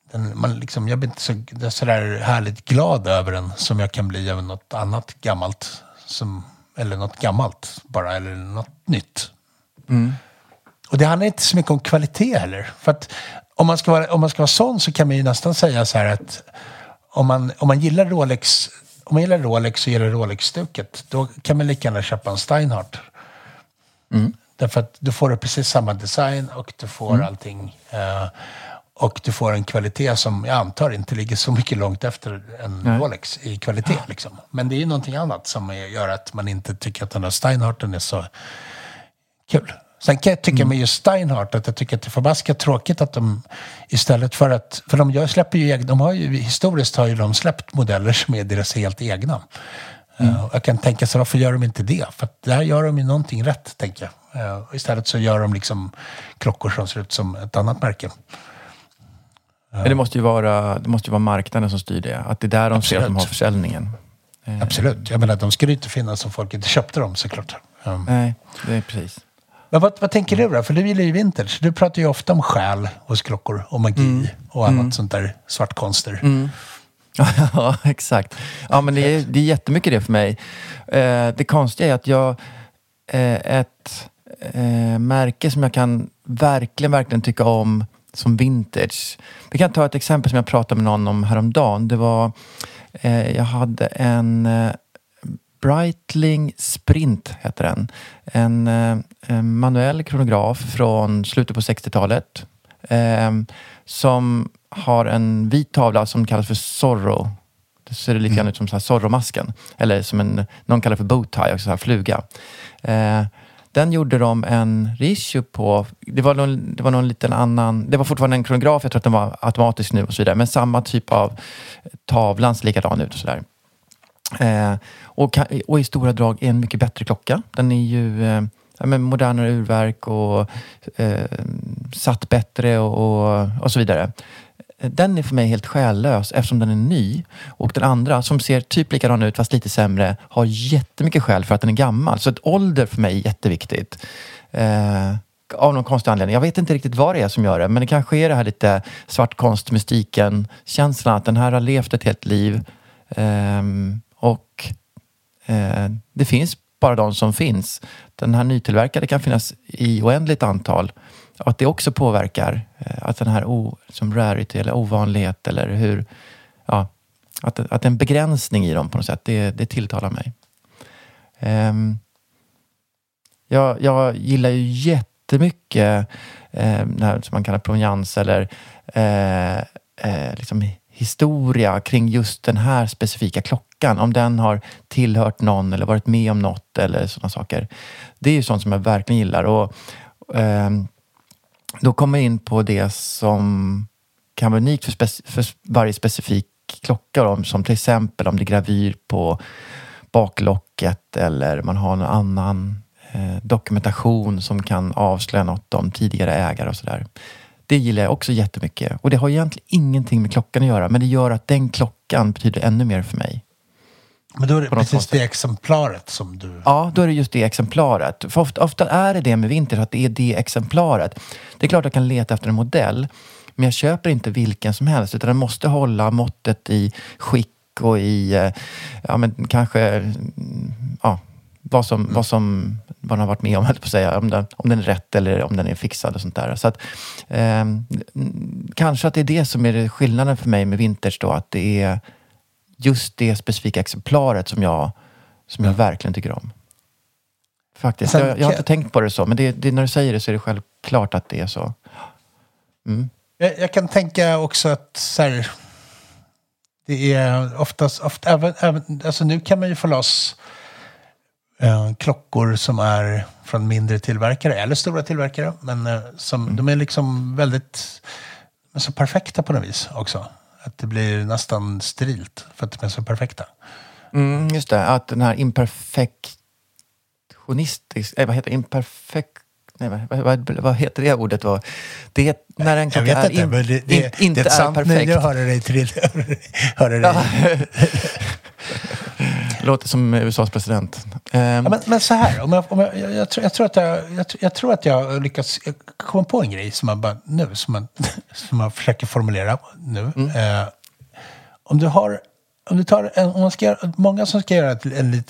jag blir inte så där härligt glad över den som jag kan bli över något annat gammalt. Eller något gammalt bara, eller något nytt. Och det handlar inte så mycket om kvalitet heller. För att om man ska vara sån så kan man ju nästan säga så här att om man gillar Rolex och gillar Rolex-stuket, då kan man lika gärna köpa en Steinhardt. Därför att du får precis samma design och du får allting. Och du får en kvalitet som jag antar inte ligger så mycket långt efter en Rolex i kvalitet. Liksom. Men det är ju någonting annat som gör att man inte tycker att den här Steinhardten är så kul. Sen kan jag tycka med just Steinhardt att jag tycker att det är förbaskat tråkigt att de istället för historiskt har ju de släppt modeller som är deras helt egna. Jag kan tänka sig varför gör de inte det? För att där gör de ju någonting rätt, tänker jag. Istället så gör de liksom klockor som ser ut som ett annat märke. Men det måste ju vara marknaden som styr det. Att det är där de ser att de har försäljningen. Absolut. Jag menar, de skulle inte finnas om folk inte köpte dem, såklart. Nej, det är precis. Men vad tänker du då? För du gillar ju vintage. Du pratar ju ofta om själ hos klockor och magi och annat sånt där svartkonster. Ja, exakt. Ja, men det är jättemycket det för mig. Det konstiga är att jag ett märke som jag kan verkligen tycka om som vintage. Vi kan ta ett exempel som jag pratade med någon om häromdagen. Det var, jag hade en Breitling Sprint heter den. En manuell kronograf från slutet på 60-talet. Som har en vit tavla som kallas för Zorro. Det ser lite grann ut som så här Zorro-masken. Eller som någon kallar för bowtie, också så här fluga. Den gjorde de en reissue på. Det var någon liten annan. Det var fortfarande en kronograf. Jag tror att den var automatisk nu och så vidare. Men samma typ av tavlan ser likadan ut och sådär. Och i stora drag är en mycket bättre klocka. Den är ju med modernare urverk och satt bättre och så vidare. Den är för mig helt själlös eftersom den är ny. Och den andra som ser typ likadan ut fast lite sämre har jättemycket skäl för att den är gammal. Så ett ålder för mig är jätteviktigt. Av någon konstig anledning. Jag vet inte riktigt vad det är som gör det. Men det kanske är det här lite svartkonstmystiken. Känslan att den här har levt ett helt liv. Det finns bara de som finns. Den här nytillverkade kan finnas i oändligt antal. Och att det också påverkar att den här som rarity eller ovanlighet eller hur, ja, att det är en begränsning i dem på något sätt. Det tilltalar mig. Jag gillar ju jättemycket som man kallar proveniens eller liksom historia kring just den här specifika klockan. Om den har tillhört någon eller varit med om något eller sådana saker. Det är ju sånt som jag verkligen gillar. Och då kommer jag in på det som kan vara unikt för varje specifik klocka. Som till exempel om det är gravyr på baklocket eller man har en annan dokumentation som kan avslöja något om tidigare ägare och sådär. Det gillar jag också jättemycket. Och det har egentligen ingenting med klockan att göra. Men det gör att den klockan betyder ännu mer för mig. Men då är det precis det exemplaret som du... Ja, då är det just det exemplaret. För ofta är det med vinter att det är det exemplaret. Det är klart att jag kan leta efter en modell. Men jag köper inte vilken som helst. Utan den måste hålla måttet i skick och i... Ja, men kanske... Ja, vad man har varit med om, på att säga, om den är rätt eller om den är fixad och sånt där. Så att kanske att det är det som är skillnaden för mig med vintage då, att det är just det specifika exemplaret som jag verkligen tycker om. Faktiskt. Jag har inte tänkt på det så, men det när du säger det så är det självklart att det är så. Mm. Jag kan tänka också att så här, det är ofta även alltså nu kan man ju få loss klockor som är från mindre tillverkare eller stora tillverkare, men de är liksom väldigt så perfekta på något vis också. Att det blir nästan sterilt för att de är så perfekta. Just det, att den här vad heter det ordet då? Det är när en klocka är inte är sant perfekt. Jag hörde dig Låter som USAs president. Men så här, jag tror att jag lyckas komma på en grej som man försöker formulera nu. Många som ska göra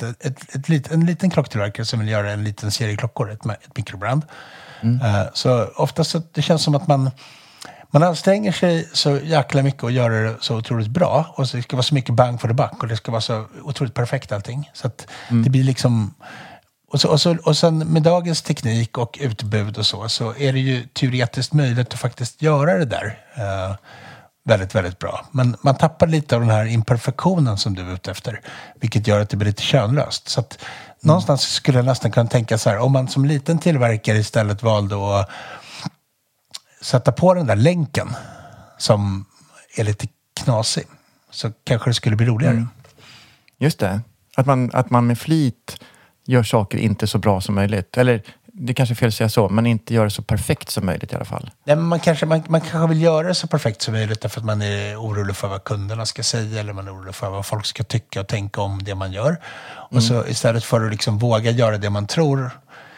en liten klocktillverkare som vill göra en liten serie klockor, ett mikrobrand. Så oftast så det känns som att man anstränger sig så jäkla mycket och gör det så otroligt bra. Och så det ska vara så mycket bang for the buck. Och det ska vara så otroligt perfekt allting. Så att det blir liksom... Och sen med dagens teknik och utbud och så är det ju teoretiskt möjligt att faktiskt göra det där väldigt, väldigt bra. Men man tappar lite av den här imperfektionen som du är ute efter. Vilket gör att det blir lite könlöst. Så att någonstans skulle jag nästan kunna tänka så här. Om man som liten tillverkare istället valde att sätta på den där länken som är lite knasig, så kanske det skulle bli roligare. Just det. Att man med flit gör saker inte så bra som möjligt. Eller det kanske är fel att säga så, men inte gör det så perfekt som möjligt i alla fall. Nej, men man kanske vill göra det så perfekt som möjligt därför att man är orolig för vad kunderna ska säga eller man är orolig för vad folk ska tycka och tänka om det man gör. Och så istället för att liksom våga göra det man tror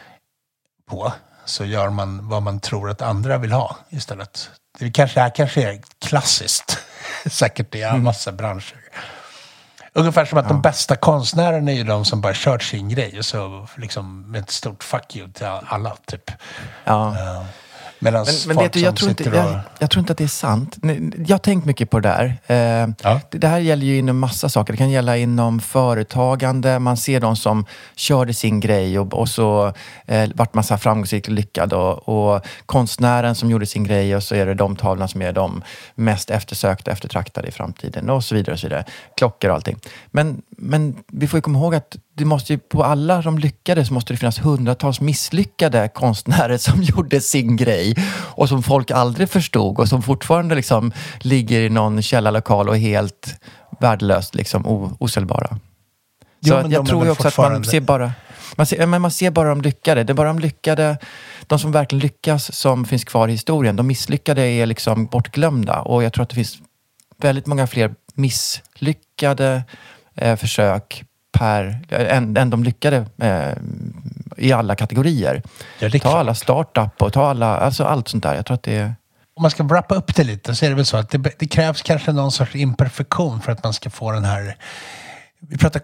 på, så gör man vad man tror att andra vill ha istället. Det kanske är klassiskt. Säkert i en massa branscher. Ungefär som att de bästa konstnärerna är ju de som bara kört sin grej och så liksom med ett stort fuck you till alla typ. Ja. Men vet du, jag tror inte att det är sant. Jag har tänkt mycket på det där. Det här gäller ju inom massa saker. Det kan gälla inom företagande. Man ser de som körde sin grej och så vart man så här framgångsrik och lyckad. Och konstnären som gjorde sin grej och så är det de tavlorna som är de mest eftersökta, eftertraktade i framtiden och så vidare och så vidare. Klockor och allting. Men vi får ju komma ihåg att det måste ju, på alla de lyckade så måste det finnas hundratals misslyckade konstnärer som gjorde sin grej och som folk aldrig förstod och som fortfarande liksom ligger i någon källarlokal och är helt värdelöst liksom osäljbara. Så jag tror ju också att man ser bara de lyckade. Det är bara de lyckade, de som verkligen lyckas som finns kvar i historien. De misslyckade är liksom bortglömda och jag tror att det finns väldigt många fler misslyckade försök än de lyckade i alla kategorier. Ta alla startup och ta allt sånt där. Jag tror att det är... Om man ska wrappa upp det lite så är det väl så att det krävs kanske någon sorts imperfektion för att man ska få den här... Vi pratar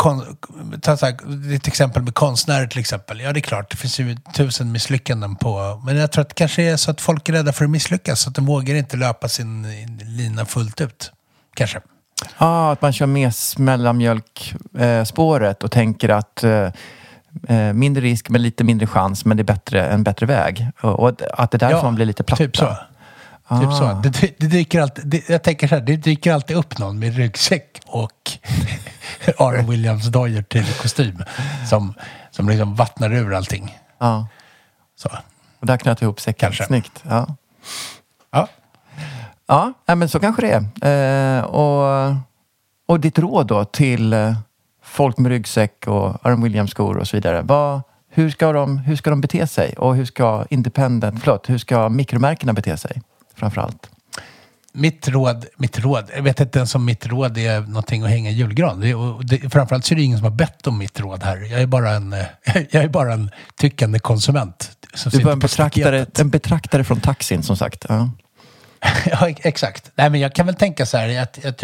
ett exempel med konstnärer till exempel. Ja, det är klart, det finns ju 1000 misslyckanden på... Men jag tror att det kanske är så att folk är rädda för att misslyckas så att de vågar inte löpa sin lina fullt ut. Kanske. Ja, att man kör med mellanmjölkspåret och tänker att mindre risk men lite mindre chans, men det är en bättre väg. Och att det därför man blir lite platta. Typ så. Typ så. Det dyker alltid, jag tänker så här, det dyker alltid upp någon med ryggsäck och Aron Williams dojor till kostym som liksom vattnar ur allting. Ja. Så. Och där knöt ihop säcken. Kanske. Snyggt. Ja. Ja. Ja, men så kanske det är. Och ditt råd då till folk med ryggsäck och Aron Williams-skor och så vidare. Hur ska de bete sig? Och hur ska mikromärkena bete sig? Framförallt. Mitt råd, jag vet inte ens om mitt råd är någonting att hänga i julgran. Framförallt så är det ingen som har bett om mitt råd här. Jag är bara en tyckande konsument. Du är en betraktare från taxin som sagt. Ja. Ja, exakt. Nej, men jag kan väl tänka så här att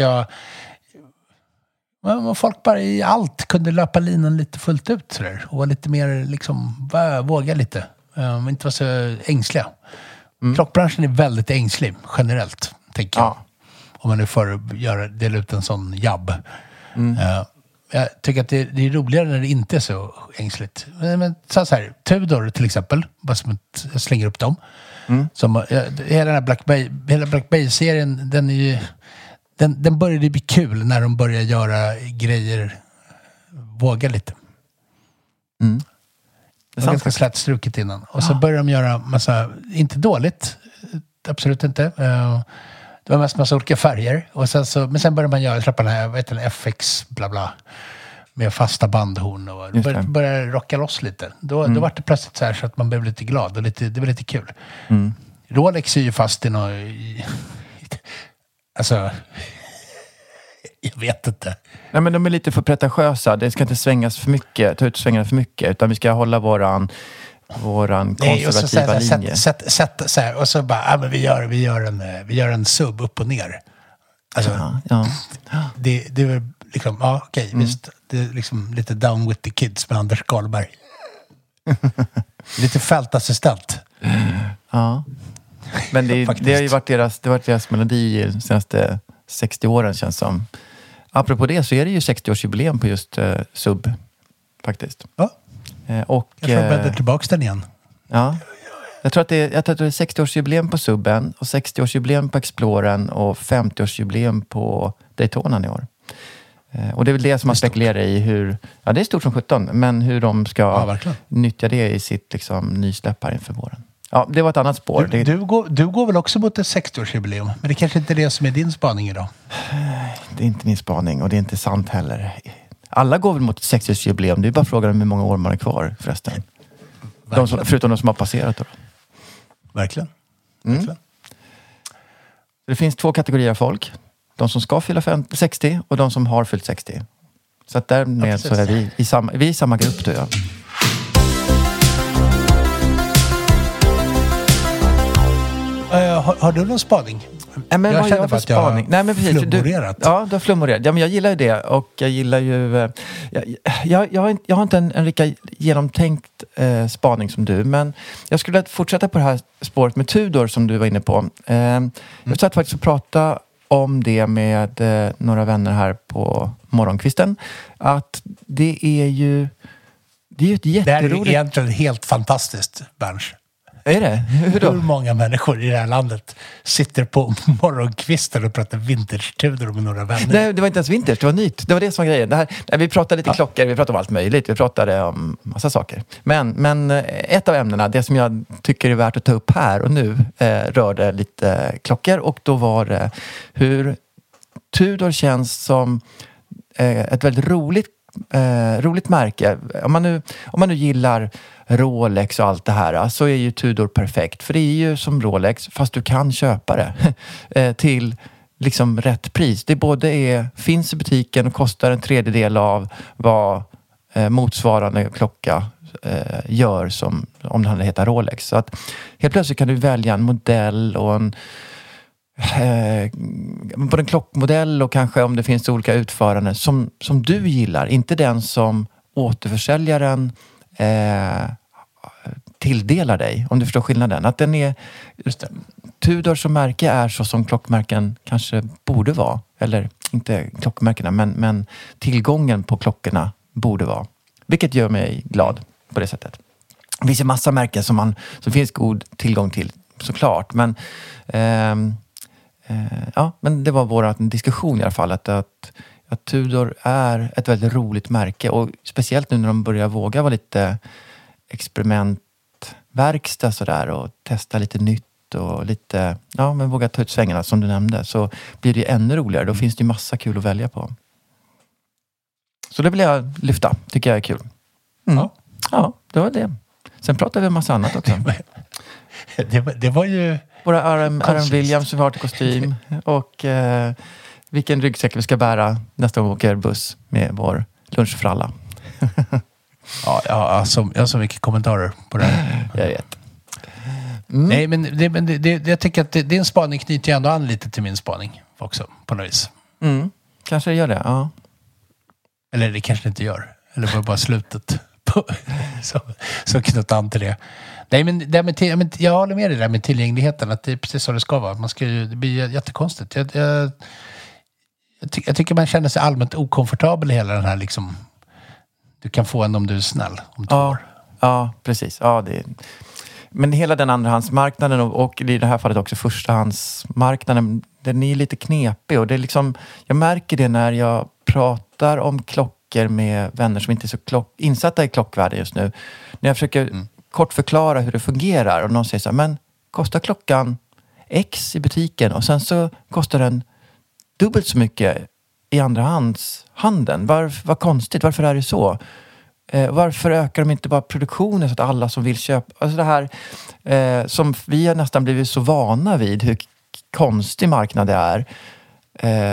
om folk bara i allt kunde löpa linan lite fullt ut så där, och vara lite mer liksom, våga lite. Inte vara så ängsliga. Klockbranschen är väldigt ängslig generellt, tänker jag. Om man nu får dela ut en sån jabb. Jag tycker att det är roligare när det inte är så ängsligt. Men så här, Tudor till exempel, bara som jag slänger upp dem. Som, hela den här Black Bay-serien, den började bli kul när de började göra grejer, våga lite. Det var ganska slätstruket innan. Och så började de göra massa, inte dåligt, absolut inte. Det var massa olika färger. Och men sen började man släppa den här, FX bla bla. Med fasta bandhorn och började rocka loss lite. Då var det plötsligt så här så att man blev lite glad och det var lite kul. Rolex är ju fast i något... Alltså... Jag vet inte. Nej, men de är lite för pretentiösa. Det ska inte svängas för mycket, ta ut svängarna för mycket. Utan vi ska hålla våran konservativa linje. Sätt så här, och så bara, men vi gör en sub upp och ner. Alltså, ja. Det är väl liksom, visst. Det är liksom lite down with the kids med Anders Karlberg. Lite fältassistent. Ja. Men det har ju varit deras melodi de senaste 60 åren, känns som. Apropå det så är det ju 60-årsjubileum på just sub, faktiskt. Ja. Och, jag får bädda tillbaka den igen. Ja. Jag tror att det är 60-årsjubileum på subben och 60-årsjubileum på Exploren och 50-årsjubileum på Daytonan i år. Och det är väl det som man spekulerar i hur... Ja, det är stort som 17, men hur de ska nyttja det i sitt liksom, nysläpp här inför våren. Ja, det var ett annat spår. Du går väl också mot ett 60-årsjubileum? Men det kanske inte är det som är din spaning idag? Det är inte min spaning och det är inte sant heller. Alla går väl mot ett 60-årsjubileum. Det är bara frågan om hur många år man är kvar förresten. Förutom de som har passerat då. Verkligen. Det finns 2 kategorier av folk. De som ska fylla 60 och de som har fyllt 60. Så att därmed så är vi i samma grupp då, ja. Har du någon spaning? Men jag känner för spaning. Nej, men precis. Flummorerat. Du har flummorerat. Ja, men jag gillar ju det. Och jag gillar ju... Jag har inte en lika genomtänkt spaning som du. Men jag skulle fortsätta på det här spåret med Tudor som du var inne på. Jag satt faktiskt och pratade om det med några vänner här på morgonkvisten. Att det är ju ett jätteroligt... Det här är egentligen helt fantastiskt, Berns. Är det? Hur många människor i det här landet sitter på morgonkvisten och pratar vintage-Tudor med några vänner? Nej, det var inte ens vintage, det var nytt. Det var det som var grejen. Vi pratade lite klockor, vi pratade om allt möjligt. Vi pratade om massa saker. Men ett av ämnena, det som jag tycker är värt att ta upp här och nu, rörde lnu klockor. Och då var det hur Tudor känns som ett väldigt roligt märke. Om man nu gillar Rolex och allt det här, så är ju Tudor perfekt. För det är ju som Rolex, fast du kan köpa det till liksom rätt pris. Det både finns i butiken och kostar en tredjedel av vad motsvarande klocka gör som om den hade hetat Rolex. Så att helt plötsligt kan du välja en modell och både en klockmodell och kanske om det finns olika utföranden som du gillar. Inte den som återförsäljaren tilldelar dig, om du förstår skillnaden. Att den är Tudor som märke är så som klockmärken kanske borde vara. Eller inte klockmärkena, men tillgången på klockorna borde vara. Vilket gör mig glad på det sättet. Det finns en massa märken som finns god tillgång till, såklart. Men men det var vår diskussion i alla fall. Att Tudor är ett väldigt roligt märke. Och speciellt nu när de börjar våga vara lite experimentverkstad sådär. Och testa lite nytt och lite, men våga ta ut svängarna som du nämnde. Så blir det ännu roligare. Då finns det ju massa kul att välja på. Så det vill jag lyfta. Tycker jag är kul. Ja, det var det. Sen pratar vi om massa annat också. Det var ju... Våra R.M. Williams som vi har till kostym. Och vilken ryggsäck vi ska bära nästa gång vi åker buss med vår lunch för alla. Jag har så mycket kommentarer på det här. Jag vet. Nej, men jag tycker att din spaning knyter ju ändå an lite till min spaning också, på något vis. Kanske det gör det, ja. Eller det kanske inte gör. Eller var det bara slutet så knyter an till det. Nej, men jag håller med dig där med tillgängligheten, att det är precis så det ska vara. Det blir jättekonstigt. Jag tycker man känner sig allmänt okomfortabel i hela den här liksom, du kan få en om du är snäll om 2 år. Ja, precis. Ja, men hela den andrahandsmarknaden och i det här fallet också förstahandsmarknaden, den är lite knepig. Och det är liksom, jag märker det när jag pratar om klockor med vänner som inte är så insatta i klockvärlden just nu. När jag försöker kort förklara hur det fungerar och någon säger så här, men kostar klockan X i butiken och sen så kostar den dubbelt så mycket i andrahandshandeln. Vad konstigt, varför är det så? Varför ökar de inte bara produktionen så att alla som vill köpa... Alltså det här som vi har nästan blivit så vana vid, hur konstig marknad det är.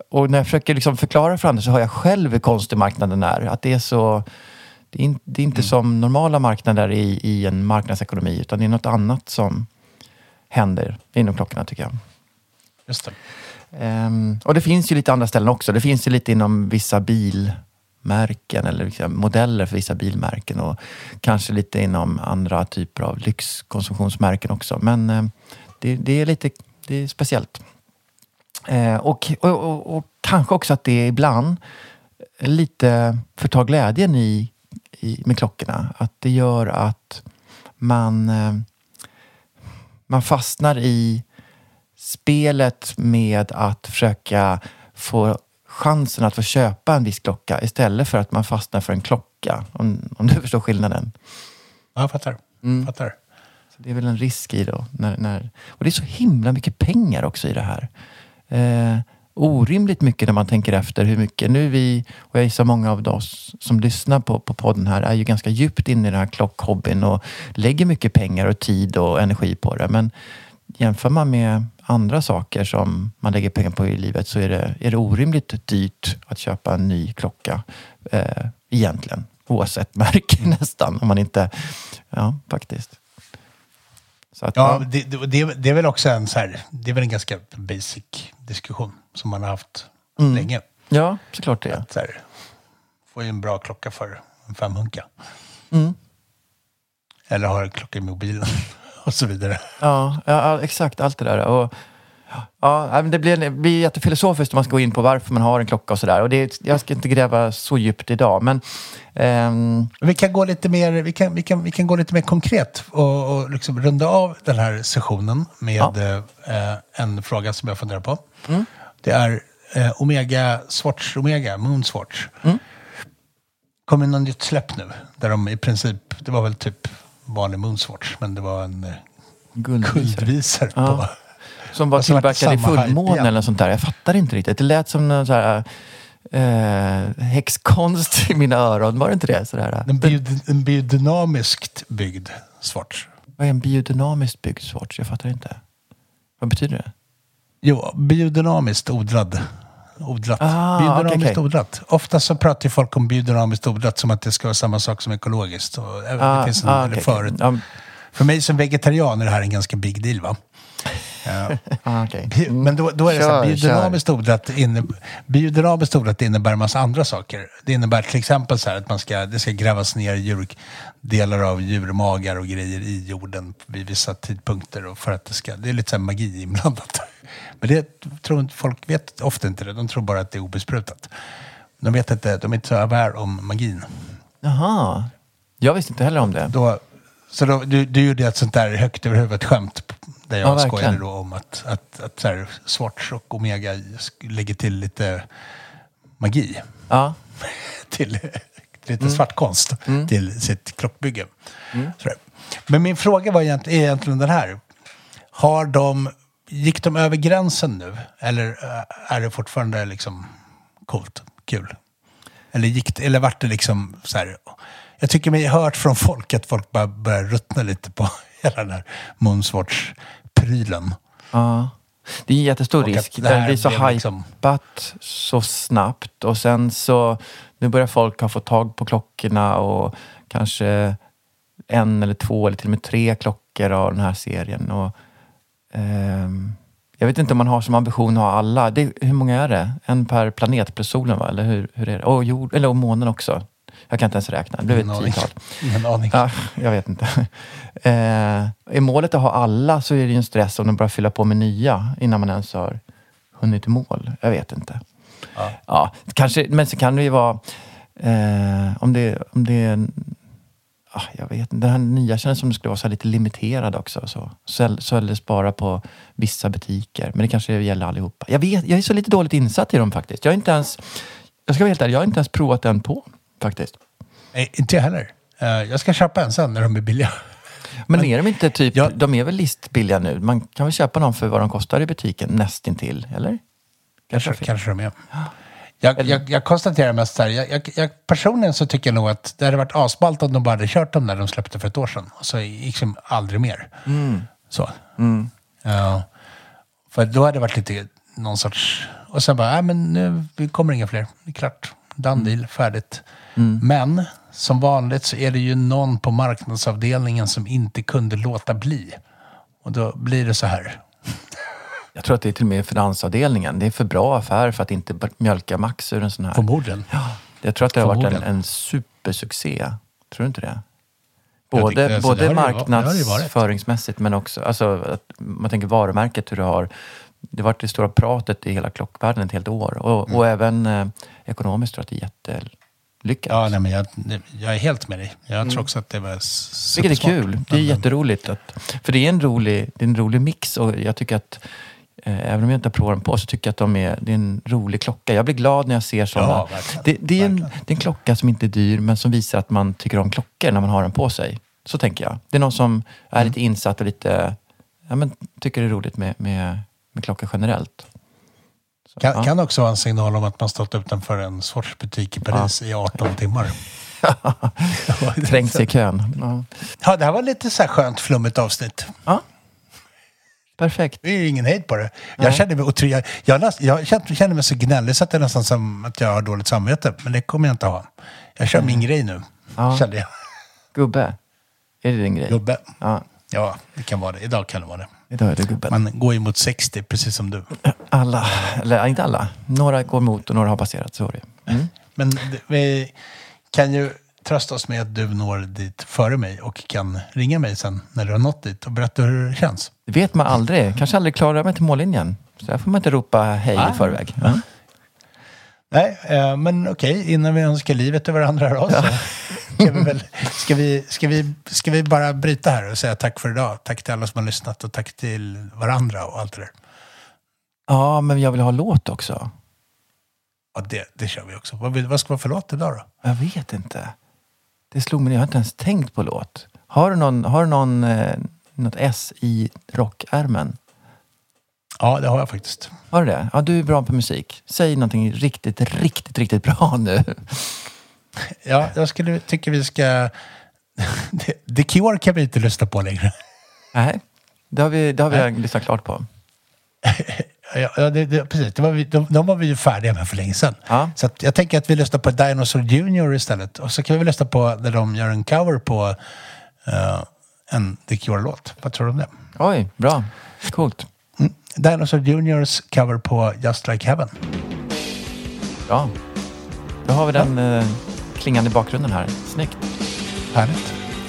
Och när jag försöker liksom förklara för andra så har jag själv hur konstig marknaden är. Att det är så... Det är inte som normala marknader i en marknadsekonomi, utan det är något annat som händer inom klockorna, tycker jag. Just det. Och det finns ju lite andra ställen också. Det finns ju lite inom vissa bilmärken eller liksom modeller för vissa bilmärken och kanske lite inom andra typer av lyxkonsumtionsmärken också. Men det är speciellt. Och kanske också att det ibland lite förtar glädjen med klockorna. Att det gör att man fastnar i spelet med att försöka få chansen att få köpa en viss klocka istället för att man fastnar för en klocka. Om du förstår skillnaden. Ja, jag fattar. Så det är väl en risk i då. Och det är så himla mycket pengar också i det här. Orimligt mycket när man tänker efter hur mycket. Nu vi, och jag gissar många av oss som lyssnar på podden här, är ju ganska djupt inne i den här klockhobbyn och lägger mycket pengar och tid och energi på det. Men jämför man med andra saker som man lägger pengar på i livet så är det orimligt dyrt att köpa en ny klocka egentligen. Oavsett märke nästan. Om man inte... Ja, faktiskt. Så att, ja, det är väl också en så här... Det är väl en ganska basic diskussion som man har haft länge. Ja, såklart det. Att, så här, få en bra klocka för en 500. Eller ha en klocka i mobilen. Och så vidare. Ja, exakt. Allt det där. Och, det blir jättefilosofiskt om man ska gå in på varför man har en klocka och sådär. Och jag ska inte gräva så djupt idag. Men vi kan gå lite mer, vi kan gå lite mer konkret och liksom runda av den här sessionen med en fråga som jag funderar på. Det är Moonswatch. Kommer någon nytt släpp nu? Där de i princip, det var väl typ vanlig Moonswatch, men det var en guldvisare på. Som var tillverkad i fullmåne eller sånt där. Jag fattar inte riktigt. Det lät som någon så här häxkonst i mina öron. Var det inte det? En biodynamiskt byggd swatch. Vad är en biodynamiskt byggd swatch? Jag fattar inte. Vad betyder det? Jo, biodynamiskt odlat. Biodynamiskt odlat. Ofta så pratar ju folk om biodynamiskt odlat som att det ska vara samma sak som ekologiskt. Och det finns för mig som vegetarian är det här en ganska big deal, va? Men då är det så här, biodynamiskt odlat innebär en massa andra saker. Det innebär till exempel så här att det ska grävas ner delar av djurmagar och grejer i jorden vid vissa tidpunkter och för att det är lite så här magi inblandat. Men det tror inte folk vet ofta inte det. De tror bara att det är obesprutat. De är inte så aware om magin. Jaha. Jag visste inte heller om det. Du gjorde ett sånt där högt över huvudet skämt där jag skojade då om att så här, Swatch och Omega lägger till lite magi. Ja. till lite svartkonst till sitt klockbygge. Men min fråga var egentligen den här. Gick de över gränsen nu? Eller är det fortfarande liksom coolt, kul? Eller vart det liksom så här... Jag tycker mig hört från folk att folk bara börjar ruttna lite på hela den här Moonswatch-prylen. Ja, det är en jättestor risk. Det blir så hypat så snabbt. Och sen så, nu börjar folk ha fått tag på klockorna och kanske 1 eller 2 eller till och med 3 klockor av den här serien. Och jag vet inte om man har som ambition att ha alla. Hur många är det? 1 per planet plus solen, va? Eller hur är det? Och månen också. Jag kan inte ens räkna. Det blev ett 10-tal. Ingen aning. Ja, jag vet inte. Är målet att ha alla så är det ju en stress om de börjar fylla på med nya innan man ens har hunnit i mål. Jag vet inte. Ja, kanske, men så kan det ju vara om det är jag vet inte. Den här nya känns som det skulle vara så lite limiterad också. Såldes bara på vissa butiker. Men det kanske gäller allihopa. Jag är så lite dåligt insatt i dem faktiskt. Jag ska vara helt ärlig, jag har inte ens provat den på faktiskt. Nej, inte jag heller. Jag ska köpa en sen när de är billiga. Men är de inte typ, de är väl listbilliga nu? Man kan väl köpa dem för vad de kostar i butiken nästintill, eller? Kanske de är. Jag konstaterar mest här. Jag personligen så tycker jag nog att det hade varit asballt om de bara hade kört dem när de släppte för ett år sedan. Och så liksom aldrig mer. Så. För då hade det varit lite någon sorts... Och sen bara, men nu kommer inga fler. Det är klart. Done deal, färdigt. Men som vanligt så är det ju någon på marknadsavdelningen som inte kunde låta bli. Och då blir det så här. Jag tror att det är till och med finansavdelningen. Det är för bra affär för att inte mjölka Max ur en sån här. Förmodligen. Ja, jag tror att det har varit en supersuccé. Tror du inte det? Både marknadsföringsmässigt men också alltså, att man tänker varumärket hur det har. Det har varit det stora pratet i hela klockvärlden ett helt år. Och även ekonomiskt tror jag att det är jättelyckat. Ja, nej, men jag är helt med dig. Jag tror också att det var supersmart. Vilket är kul. Det är jätteroligt. För det är en rolig mix. Och jag tycker att även om jag inte har provat den på så tycker jag att det är en rolig klocka. Jag blir glad när jag ser sådana. Ja, det är en klocka som inte är dyr men som visar att man tycker om klockor när man har den på sig. Så tänker jag. Det är någon som är lite insatt och lite tycker det är roligt med klockor generellt. Så, kan också vara en signal om att man stått utanför en Swatch-butik i Paris i 18 timmar. Trängt sig i kön. Ja, det här var lite så här skönt flummigt avsnitt. Ja. Perfekt. Det är ju ingen hejd på det. Jag kände mig otrygg. Jag kände mig så gnällig så att det är nästan som att jag har dåligt samvete. Men det kommer jag inte ha. Jag kör min grej nu. Kände jag. Gubbe. Är det din grej? Gubbe. Ja, det kan vara det. Idag kan det vara det. Idag är det gubben. Man går ju mot 60, precis som du. Alla. Eller inte alla. Några går emot och några har passerat. Så är det. Men vi kan ju trösta oss med att du når dit före mig och kan ringa mig sen när du har nått dit och berätta hur det känns. Det vet man aldrig. Kanske aldrig klarar mig till mållinjen. Så där får man inte ropa hej i förväg. Nej, men okej. Innan vi önskar livet till varandra då, så ska vi bara bryta här och säga tack för idag. Tack till alla som har lyssnat och tack till varandra och allt det där. Ja, men jag vill ha låt också. Ja, det kör vi också. Vad ska vara för låt idag då? Jag vet inte. Det slog mig, jag har inte ens tänkt på låt. Har du något S i rockärmen? Ja, det har jag faktiskt. Har du det? Ja, du är bra på musik. Säg någonting riktigt bra nu. Ja, jag tycker vi ska... The Cure kan vi inte lyssna på längre. Nej, det har vi lyssnat klart på. Ja, precis. De var vi ju färdiga med för länge sedan. Ja. Så att jag tänker att vi lyssnar på Dinosaur Junior istället. Och så kan vi väl lyssna på när de gör en cover på en The Cure-låt. Vad tror du om det? Oj, bra. Coolt. Dinosaur Juniors cover på Just Like Heaven. Ja. Då har vi den klingande i bakgrunden här. Snyggt. Härligt.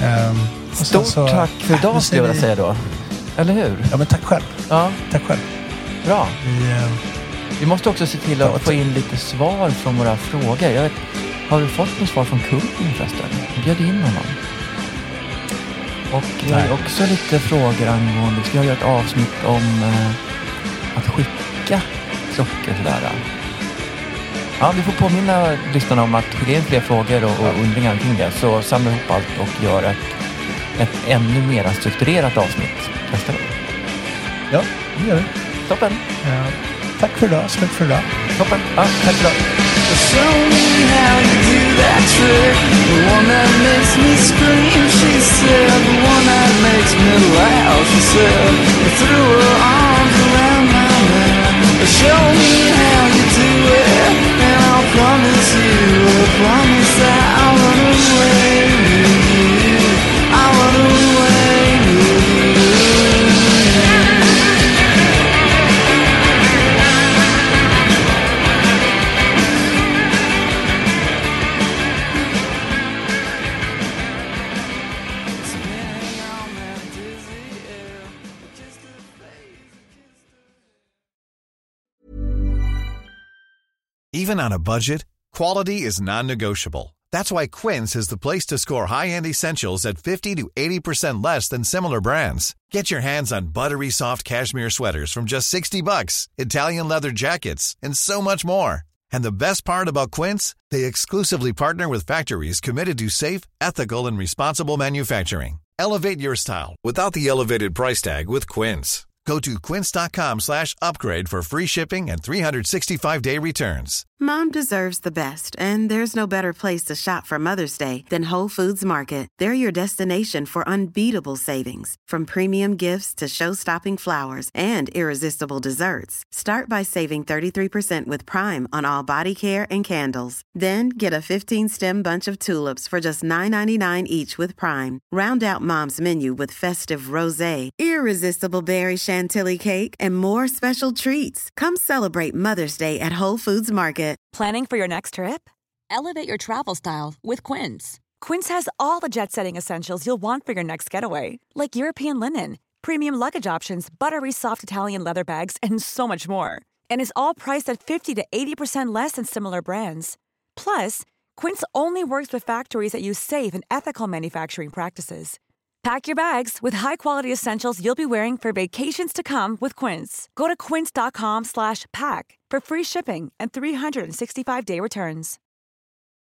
Stort tack för idag skulle jag vilja säga då. Eller hur? Ja, men tack själv. Ja. Tack själv. Bra. Vi måste också se till att få in lite svar från våra frågor. Har du fått något svar från kungen förresten? Bjöd in honom. Och jag har också lite frågor angående... Ska jag göra ett avsnitt om att skicka klockor sådär? Ja, vi får påminna lyssnarna om att skicka in fler frågor och undringar kring det. Så samla ihop allt och gör ett ännu mer strukturerat avsnitt nästa gång. Ja, det gör vi. Toppen. Tack för idag. Slut för idag. Toppen. Ja, tack för idag. Show me how you do that trick. The one that makes me scream, she said. The one that makes me laugh, she said. Threw her arms around my neck. Show me how you do it, and I'll promise you, I promise that I'll run away with you. I'll run away with you. Even on a budget, quality is non-negotiable. That's why Quince is the place to score high-end essentials at 50 to 80% less than similar brands. Get your hands on buttery soft cashmere sweaters from just $60, Italian leather jackets, and so much more. And the best part about Quince, they exclusively partner with factories committed to safe, ethical, and responsible manufacturing. Elevate your style without the elevated price tag with Quince. Go to quince.com/upgrade for free shipping and 365-day returns. Mom deserves the best, and there's no better place to shop for Mother's Day than Whole Foods Market. They're your destination for unbeatable savings, from premium gifts to show-stopping flowers and irresistible desserts. Start by saving 33% with Prime on all body care and candles. Then get a 15-stem bunch of tulips for just $9.99 each with Prime. Round out Mom's menu with festive rosé, irresistible berry chantilly cake, and more special treats. Come celebrate Mother's Day at Whole Foods Market. Planning for your next trip? Elevate your travel style with Quince. Quince has all the jet-setting essentials you'll want for your next getaway, like European linen, premium luggage options, buttery soft Italian leather bags, and so much more. And is all priced at 50 to 80% less than similar brands. Plus, Quince only works with factories that use safe and ethical manufacturing practices. Pack your bags with high-quality essentials you'll be wearing for vacations to come with Quince. Go to quince.com/pack for free shipping and 365-day returns.